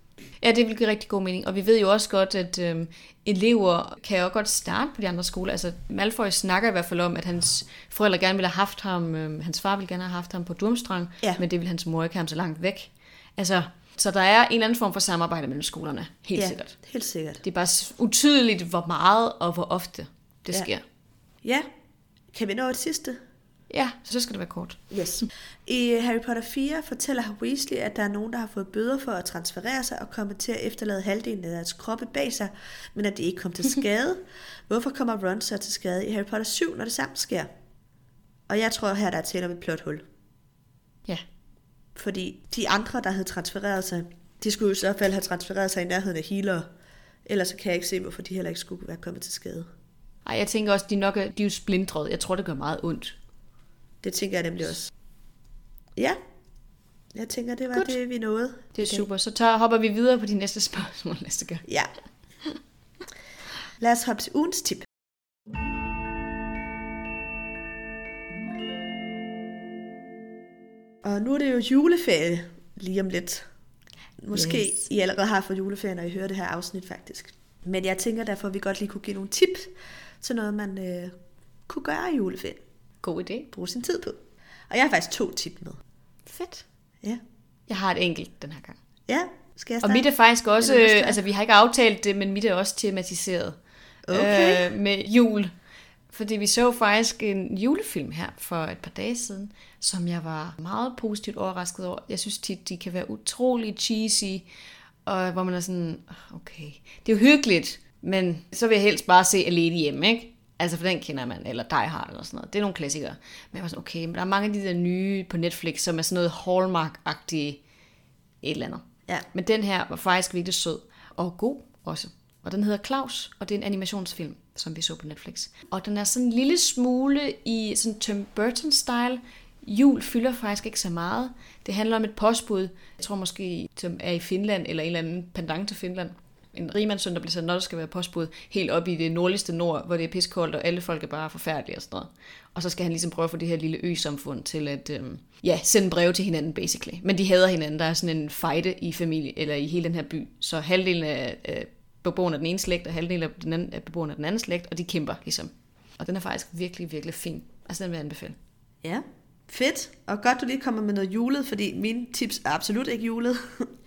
Ja, det vil give rigtig god mening. Og vi ved jo også godt, at øhm, elever kan jo godt starte på de andre skoler. Altså Malfoy snakker i hvert fald om, at hans forældre gerne ville have haft ham, øhm, hans far ville gerne have haft ham på Durmstrang, ja. Men det ville hans mor ikke have ham så langt væk. Altså, så der er en eller anden form for samarbejde mellem skolerne, helt ja, sikkert. helt sikkert. Det er bare utydeligt, hvor meget og hvor ofte det ja. sker. Ja, kan vi nå et sidste? Ja, så skal det være kort. Yes. I Harry Potter fire fortæller Weasley, at der er nogen, der har fået bøder for at transferere sig og komme til at efterlade halvdelen af deres kroppe bag sig, men at de ikke kom til skade. Hvorfor kommer Ron så til skade i Harry Potter syv, når det samme sker? Og jeg tror her, der er tale om et plothul. Ja. Fordi de andre, der havde transfereret sig, de skulle i så fald have transfereret sig i nærheden af healer. Ellers så kan jeg ikke se, hvorfor de heller ikke skulle være kommet til skade. Ej, jeg tænker også, de nok er, de er jo splintret. Jeg tror, det gør meget ondt. Det tænker jeg nemlig også. Ja, jeg tænker, det var Good. Det, vi nåede. Det er okay. Super. Så tager, hopper vi videre på de næste spørgsmål næste gang. Ja. Lad os hoppe til ugens tip. Og nu er det jo juleferie lige om lidt. Måske yes. I allerede har fået juleferie, når I hører det her afsnit faktisk. Men jeg tænker derfor, at vi godt lige kunne give nogle tip til noget, man øh, kunne gøre i juleferien. God idé. Bruge sin tid på. Og jeg har faktisk to tip med. Fedt. Ja. Jeg har et enkelt den her gang. Ja, skal jeg starte? Og mit er faktisk også, øh, altså vi har ikke aftalt det, men mit er også tematiseret okay. øh, med jul. Fordi vi så faktisk en julefilm her for et par dage siden, som jeg var meget positivt overrasket over. Jeg synes tit, de kan være utrolig cheesy, og hvor man er sådan, okay, det er jo hyggeligt, men så vil jeg helst bare se Alene Hjemme, ikke? Altså for den kender man, eller Die Hard eller sådan noget. Det er nogle klassikere. Men jeg var sådan, okay, men der er mange af de der nye på Netflix, som er sådan noget Hallmark-agtige et eller andet. Ja. Men den her var faktisk virkelig sød, og god også. Og den hedder Klaus, og det er en animationsfilm, som vi så på Netflix. Og den er sådan en lille smule i sådan Tim Burton-style. Jul fylder faktisk ikke så meget. Det handler om et postbud, jeg tror måske, som er i Finland, eller en eller anden pendant til Finland. En rigmandssøn, der bliver sendt, når der skal være postbud, helt op i det nordligste nord, hvor det er pissekoldt, og alle folk er bare forfærdelige og sådan noget. Og så skal han ligesom prøve at få det her lille ø-samfund til at øhm, ja, sende breve til hinanden, basically. Men de hader hinanden. Der er sådan en fejde i familie, eller i hele den her by. Så halvdelen af øh, beboerne af den ene slægt, og halvdelen af, den anden, af beboerne af den anden slægt, og de kæmper ligesom. Og den er faktisk virkelig, virkelig fin. Altså den vil jeg anbefale. Ja, fedt. Og godt, du lige kommer med noget julet, fordi mine tips er absolut ikke julet.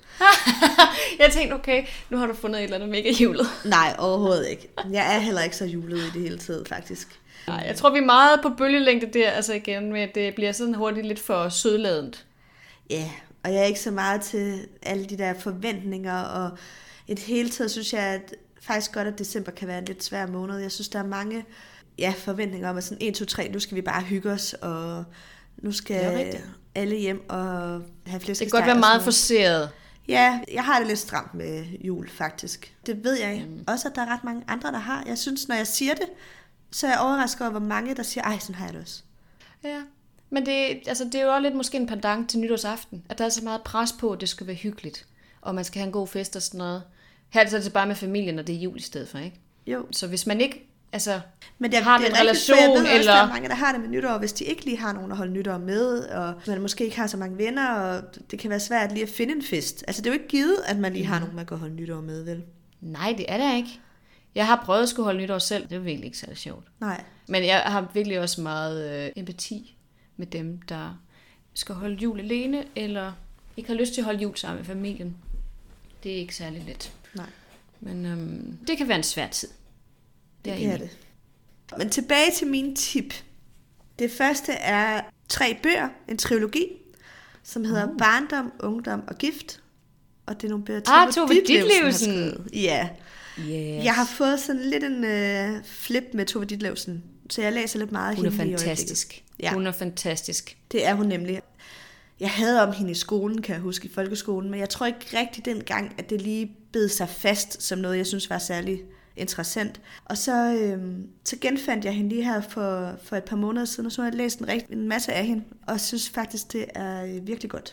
Jeg tænkte, okay, nu har du fundet et eller andet mega julet. Nej, overhovedet ikke. Jeg er heller ikke så julet i det hele taget, faktisk. Nej, jeg tror, vi er meget på bølgelængde der, altså igen, med det bliver sådan hurtigt lidt for sødladent. Ja, og jeg er ikke så meget til alle de der forventninger, og i det hele taget synes jeg, at faktisk godt, at december kan være en lidt svær måned. Jeg synes, der er mange ja, forventninger om, at sådan en, to, tre, nu skal vi bare hygge os, og nu skal alle hjem og have flæskesteg. Det kan godt være meget forceret. Ja, jeg har det lidt stramt med jul, faktisk. Det ved jeg mm. også, at der er ret mange andre, der har. Jeg synes, når jeg siger det, så er jeg overrasket over, hvor mange, der siger, ej, sådan har jeg det også. Ja, men det, altså, det er jo også lidt måske en pendant til nytårsaften, at der er så meget pres på, at det skal være hyggeligt, og man skal have en god fest og sådan noget. Her er det så det bare med familien, når det er jul i stedet for, ikke? Jo. Så hvis man ikke altså, men det er, har det er en rigtigt, relation, jeg ved eller... også, der er mange, der har det med nytår, hvis de ikke lige har nogen at holde nytår med, og man måske ikke har så mange venner, og det kan være svært lige at finde en fest. Altså, det er jo ikke givet, at man lige har nogen, man kan holde nytår med, vel? Nej, det er det ikke. Jeg har prøvet at skulle holde nytår selv. Det er virkelig ikke særlig sjovt. Nej. Men jeg har virkelig også meget øh, empati med dem, der skal holde jul alene, eller ikke har lyst til at holde jul sammen med familien. Det er ikke særlig let. Nej. Men øhm, det kan være en svær tid. Det, det er det. Men tilbage til mine tip. Det første er tre bøger, en trilogi, som hedder uh. Barndom, Ungdom og Gift. Og det er nogle bøger, ah, Tove Ditlevsen har skrevet. Ja. Yes. Jeg har fået sådan lidt en øh, flip med Tove Ditlevsen, så jeg læser lidt meget af hende. Hun er fantastisk. Ja. Hun er fantastisk. Det er hun nemlig. Jeg havde om hende i skolen, kan jeg huske, i folkeskolen, men jeg tror ikke rigtig dengang, at det lige bed sig fast som noget, jeg synes var særlig interessant. Og så, øhm, så genfandt jeg hende lige her for, for et par måneder siden, og så har jeg læst en, rigtig, en masse af hende, og synes faktisk, det er virkelig godt.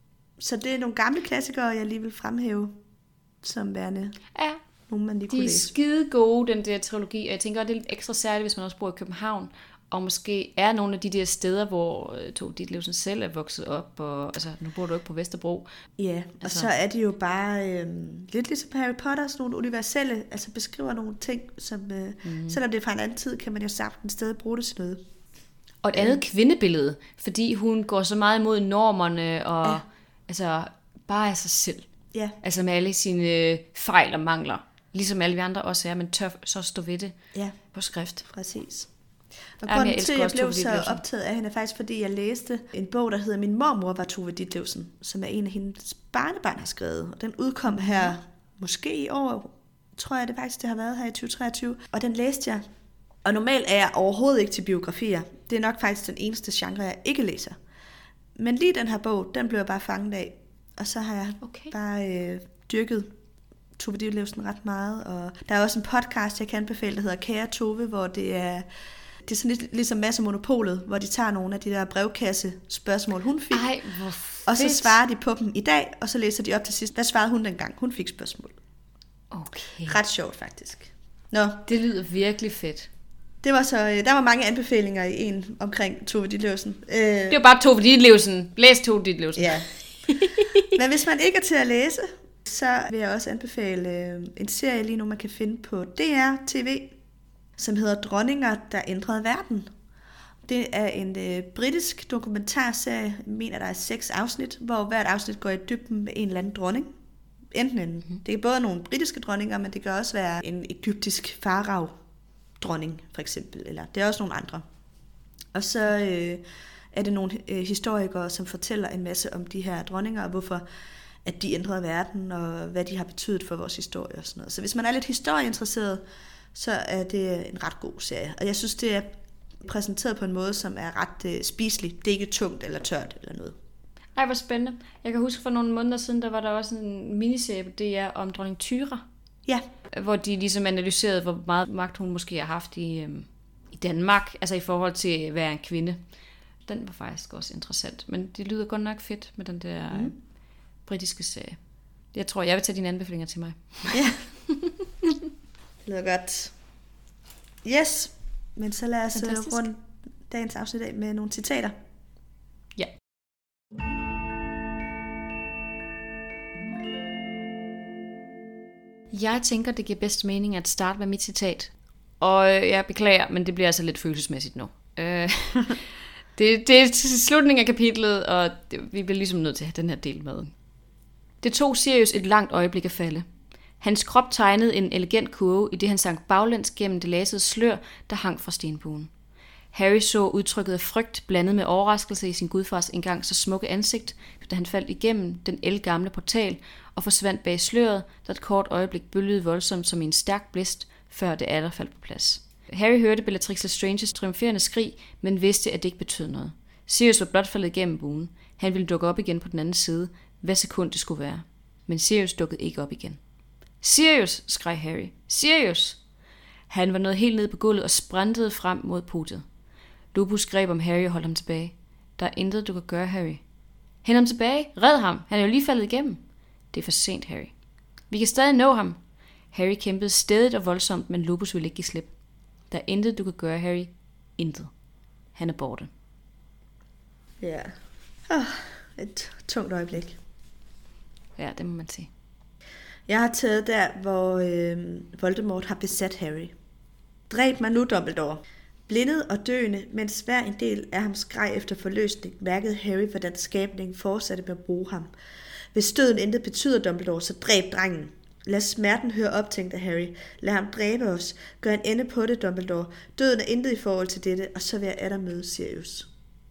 Så det er nogle gamle klassikere, jeg lige vil fremhæve som værende. Ja, nogle, man lige kunne læse. De er skide gode, den der trilogi, og jeg tænker, at det er lidt ekstra særligt, hvis man også bor i København, og måske er nogle af de der steder, hvor Tove Ditlevsen selv er vokset op, og altså, nu bor du ikke på Vesterbro. Ja, og altså. Så er det jo bare øh, lidt ligesom på Harry Potter, sådan nogle universelle, altså beskriver nogle ting, som øh, mm. selvom det er fra en anden tid, kan man jo sagtens stadig bruge det til noget. Og et andet kvindebillede, fordi hun går så meget imod normerne, og ja. altså bare af sig selv. Ja. Altså med alle sine fejl og mangler. Ligesom alle vi andre også er, men tør så stå ved det ja. På skrift. Præcis. Og grunden jeg til, at jeg blev så optaget af hende, er faktisk, fordi jeg læste en bog, der hedder Min mormor var Tove Ditlevsen, som er en af hendes barnebarn har skrevet. Og den udkom her, måske i år, tror jeg det faktisk, det har været her i tyve treogtyve. Og den læste jeg. Og normalt er jeg overhovedet ikke til biografier. Det er nok faktisk den eneste genre, jeg ikke læser. Men lige den her bog, den blev jeg bare fanget af. Og så har jeg okay. bare øh, dyrket Tove Ditlevsen ret meget. Og der er også en podcast, jeg kan anbefale, der hedder Kære Tove, hvor det er... Det er sådan lidt ligesom Mads og Monopolet, hvor de tager nogle af de der brevkasse spørgsmål, hun fik. Ej, hvor fedt. Og så svarer de på dem i dag, og så læser de op til sidst. Hvad svarede hun dengang? Hun fik spørgsmål. Okay. Ret sjovt, faktisk. Nå. Det lyder virkelig fedt. Det var så, der var mange anbefalinger i en omkring Tove Ditlevsen. Øh, det var bare Tove Ditlevsen. Læs Tove Ditlevsen. Ja. Men hvis man ikke er til at læse, så vil jeg også anbefale en serie lige nu, man kan finde på D R T V, som hedder Dronninger, der ændrede verden. Det er en øh, britisk dokumentarserie, jeg mener der er seks afsnit, hvor hvert afsnit går i dybden med en eller anden dronning. Enten en, mm-hmm. Det er både nogle britiske dronninger, men det kan også være en egyptisk farao dronning for eksempel, eller det er også nogle andre. Og så øh, er det nogle øh, historikere, som fortæller en masse om de her dronninger, og hvorfor at de ændrede verden, og hvad de har betydet for vores historie og sådan noget. Så hvis man er lidt historieinteresseret, så er det en ret god serie. Og jeg synes, det er præsenteret på en måde, som er ret øh, spiselig. Det er ikke tungt eller tørt eller noget. Ej, hvor spændende. Jeg kan huske for nogle måneder siden, der var der også en miniserie på D R om dronning Thyra. Ja. Hvor de ligesom analyserede, hvor meget magt hun måske har haft i, øhm, i Danmark, altså i forhold til at være en kvinde. Den var faktisk også interessant, men det lyder godt nok fedt med den der mm. øh, britiske serie. Jeg tror, jeg vil tage dine anbefalinger til mig. Ja. Det lyder godt. Yes, men så lad os runde dagens afsnit af med nogle citater. Ja. Jeg tænker, det giver bedst mening at starte med mit citat. Og jeg beklager, men det bliver altså lidt følelsesmæssigt nu. det, det er slutningen af kapitlet, og det, vi bliver ligesom nødt til at have den her del med. Det tog Sirius et langt øjeblik at falde. Hans krop tegnede en elegant kurve, i det han sank baglæns gennem det lasede slør, der hang fra stenbuen. Harry så udtrykket af frygt blandet med overraskelse i sin gudfars engang så smukke ansigt, da han faldt igennem den ældgamle portal og forsvandt bag sløret, der et kort øjeblik bølgede voldsomt som en stærk blæst, før det atter faldt på plads. Harry hørte Bellatrix Lestranges triumferende skrig, men vidste, at det ikke betød noget. Sirius var blot faldet igennem buen. Han ville dukke op igen på den anden side, hvad sekund det skulle være. Men Sirius dukkede ikke op igen. Sirius, skreg Harry. Sirius! Han var nået helt ned på gulvet og sprintede frem mod podiet. Lupus greb om Harry og holdt ham tilbage. Der er intet, du kan gøre, Harry. Hent ham tilbage. Red ham. Han er jo lige faldet igennem. Det er for sent, Harry. Vi kan stadig nå ham. Harry kæmpede stædigt og voldsomt, men Lupus ville ikke give slip. Der er intet, du kan gøre, Harry. Intet. Han er borte. Ja. Oh, et tungt øjeblik. Ja, det må man sige. Jeg har taget der, hvor øh, Voldemort har besat Harry. Dræb mig nu, Dumbledore. Blindet og døende, mens hver en del af ham skreg efter forløsning, mærkede Harry, hvordan skabningen fortsatte med at bruge ham. Hvis døden intet betyder, Dumbledore, så dræb drengen. Lad smerten høre op, tænkte Harry. Lad ham dræbe os. Gør en ende på det, Dumbledore. Døden er intet i forhold til dette, og så vil jeg atter møde Sirius.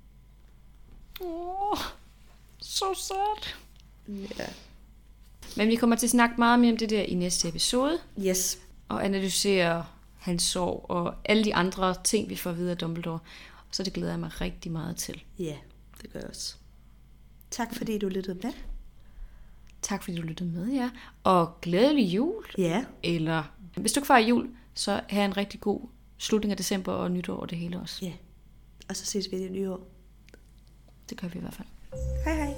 Åh, oh, så sad. Ja. Men vi kommer til at snakke meget mere om det der i næste episode. Yes. Og analysere hans sorg og alle de andre ting, vi får videre af Dumbledore. Så det glæder jeg mig rigtig meget til. Ja, det gør jeg også. Tak fordi du lyttede med. Tak fordi du lyttede med, ja. Og glædelig jul. Ja. Eller hvis du ikke fejrer jul, så have en rigtig god slutning af december og nytår og det hele også. Ja. Og så ses vi i det nye år. Det gør vi i hvert fald. Hej hej.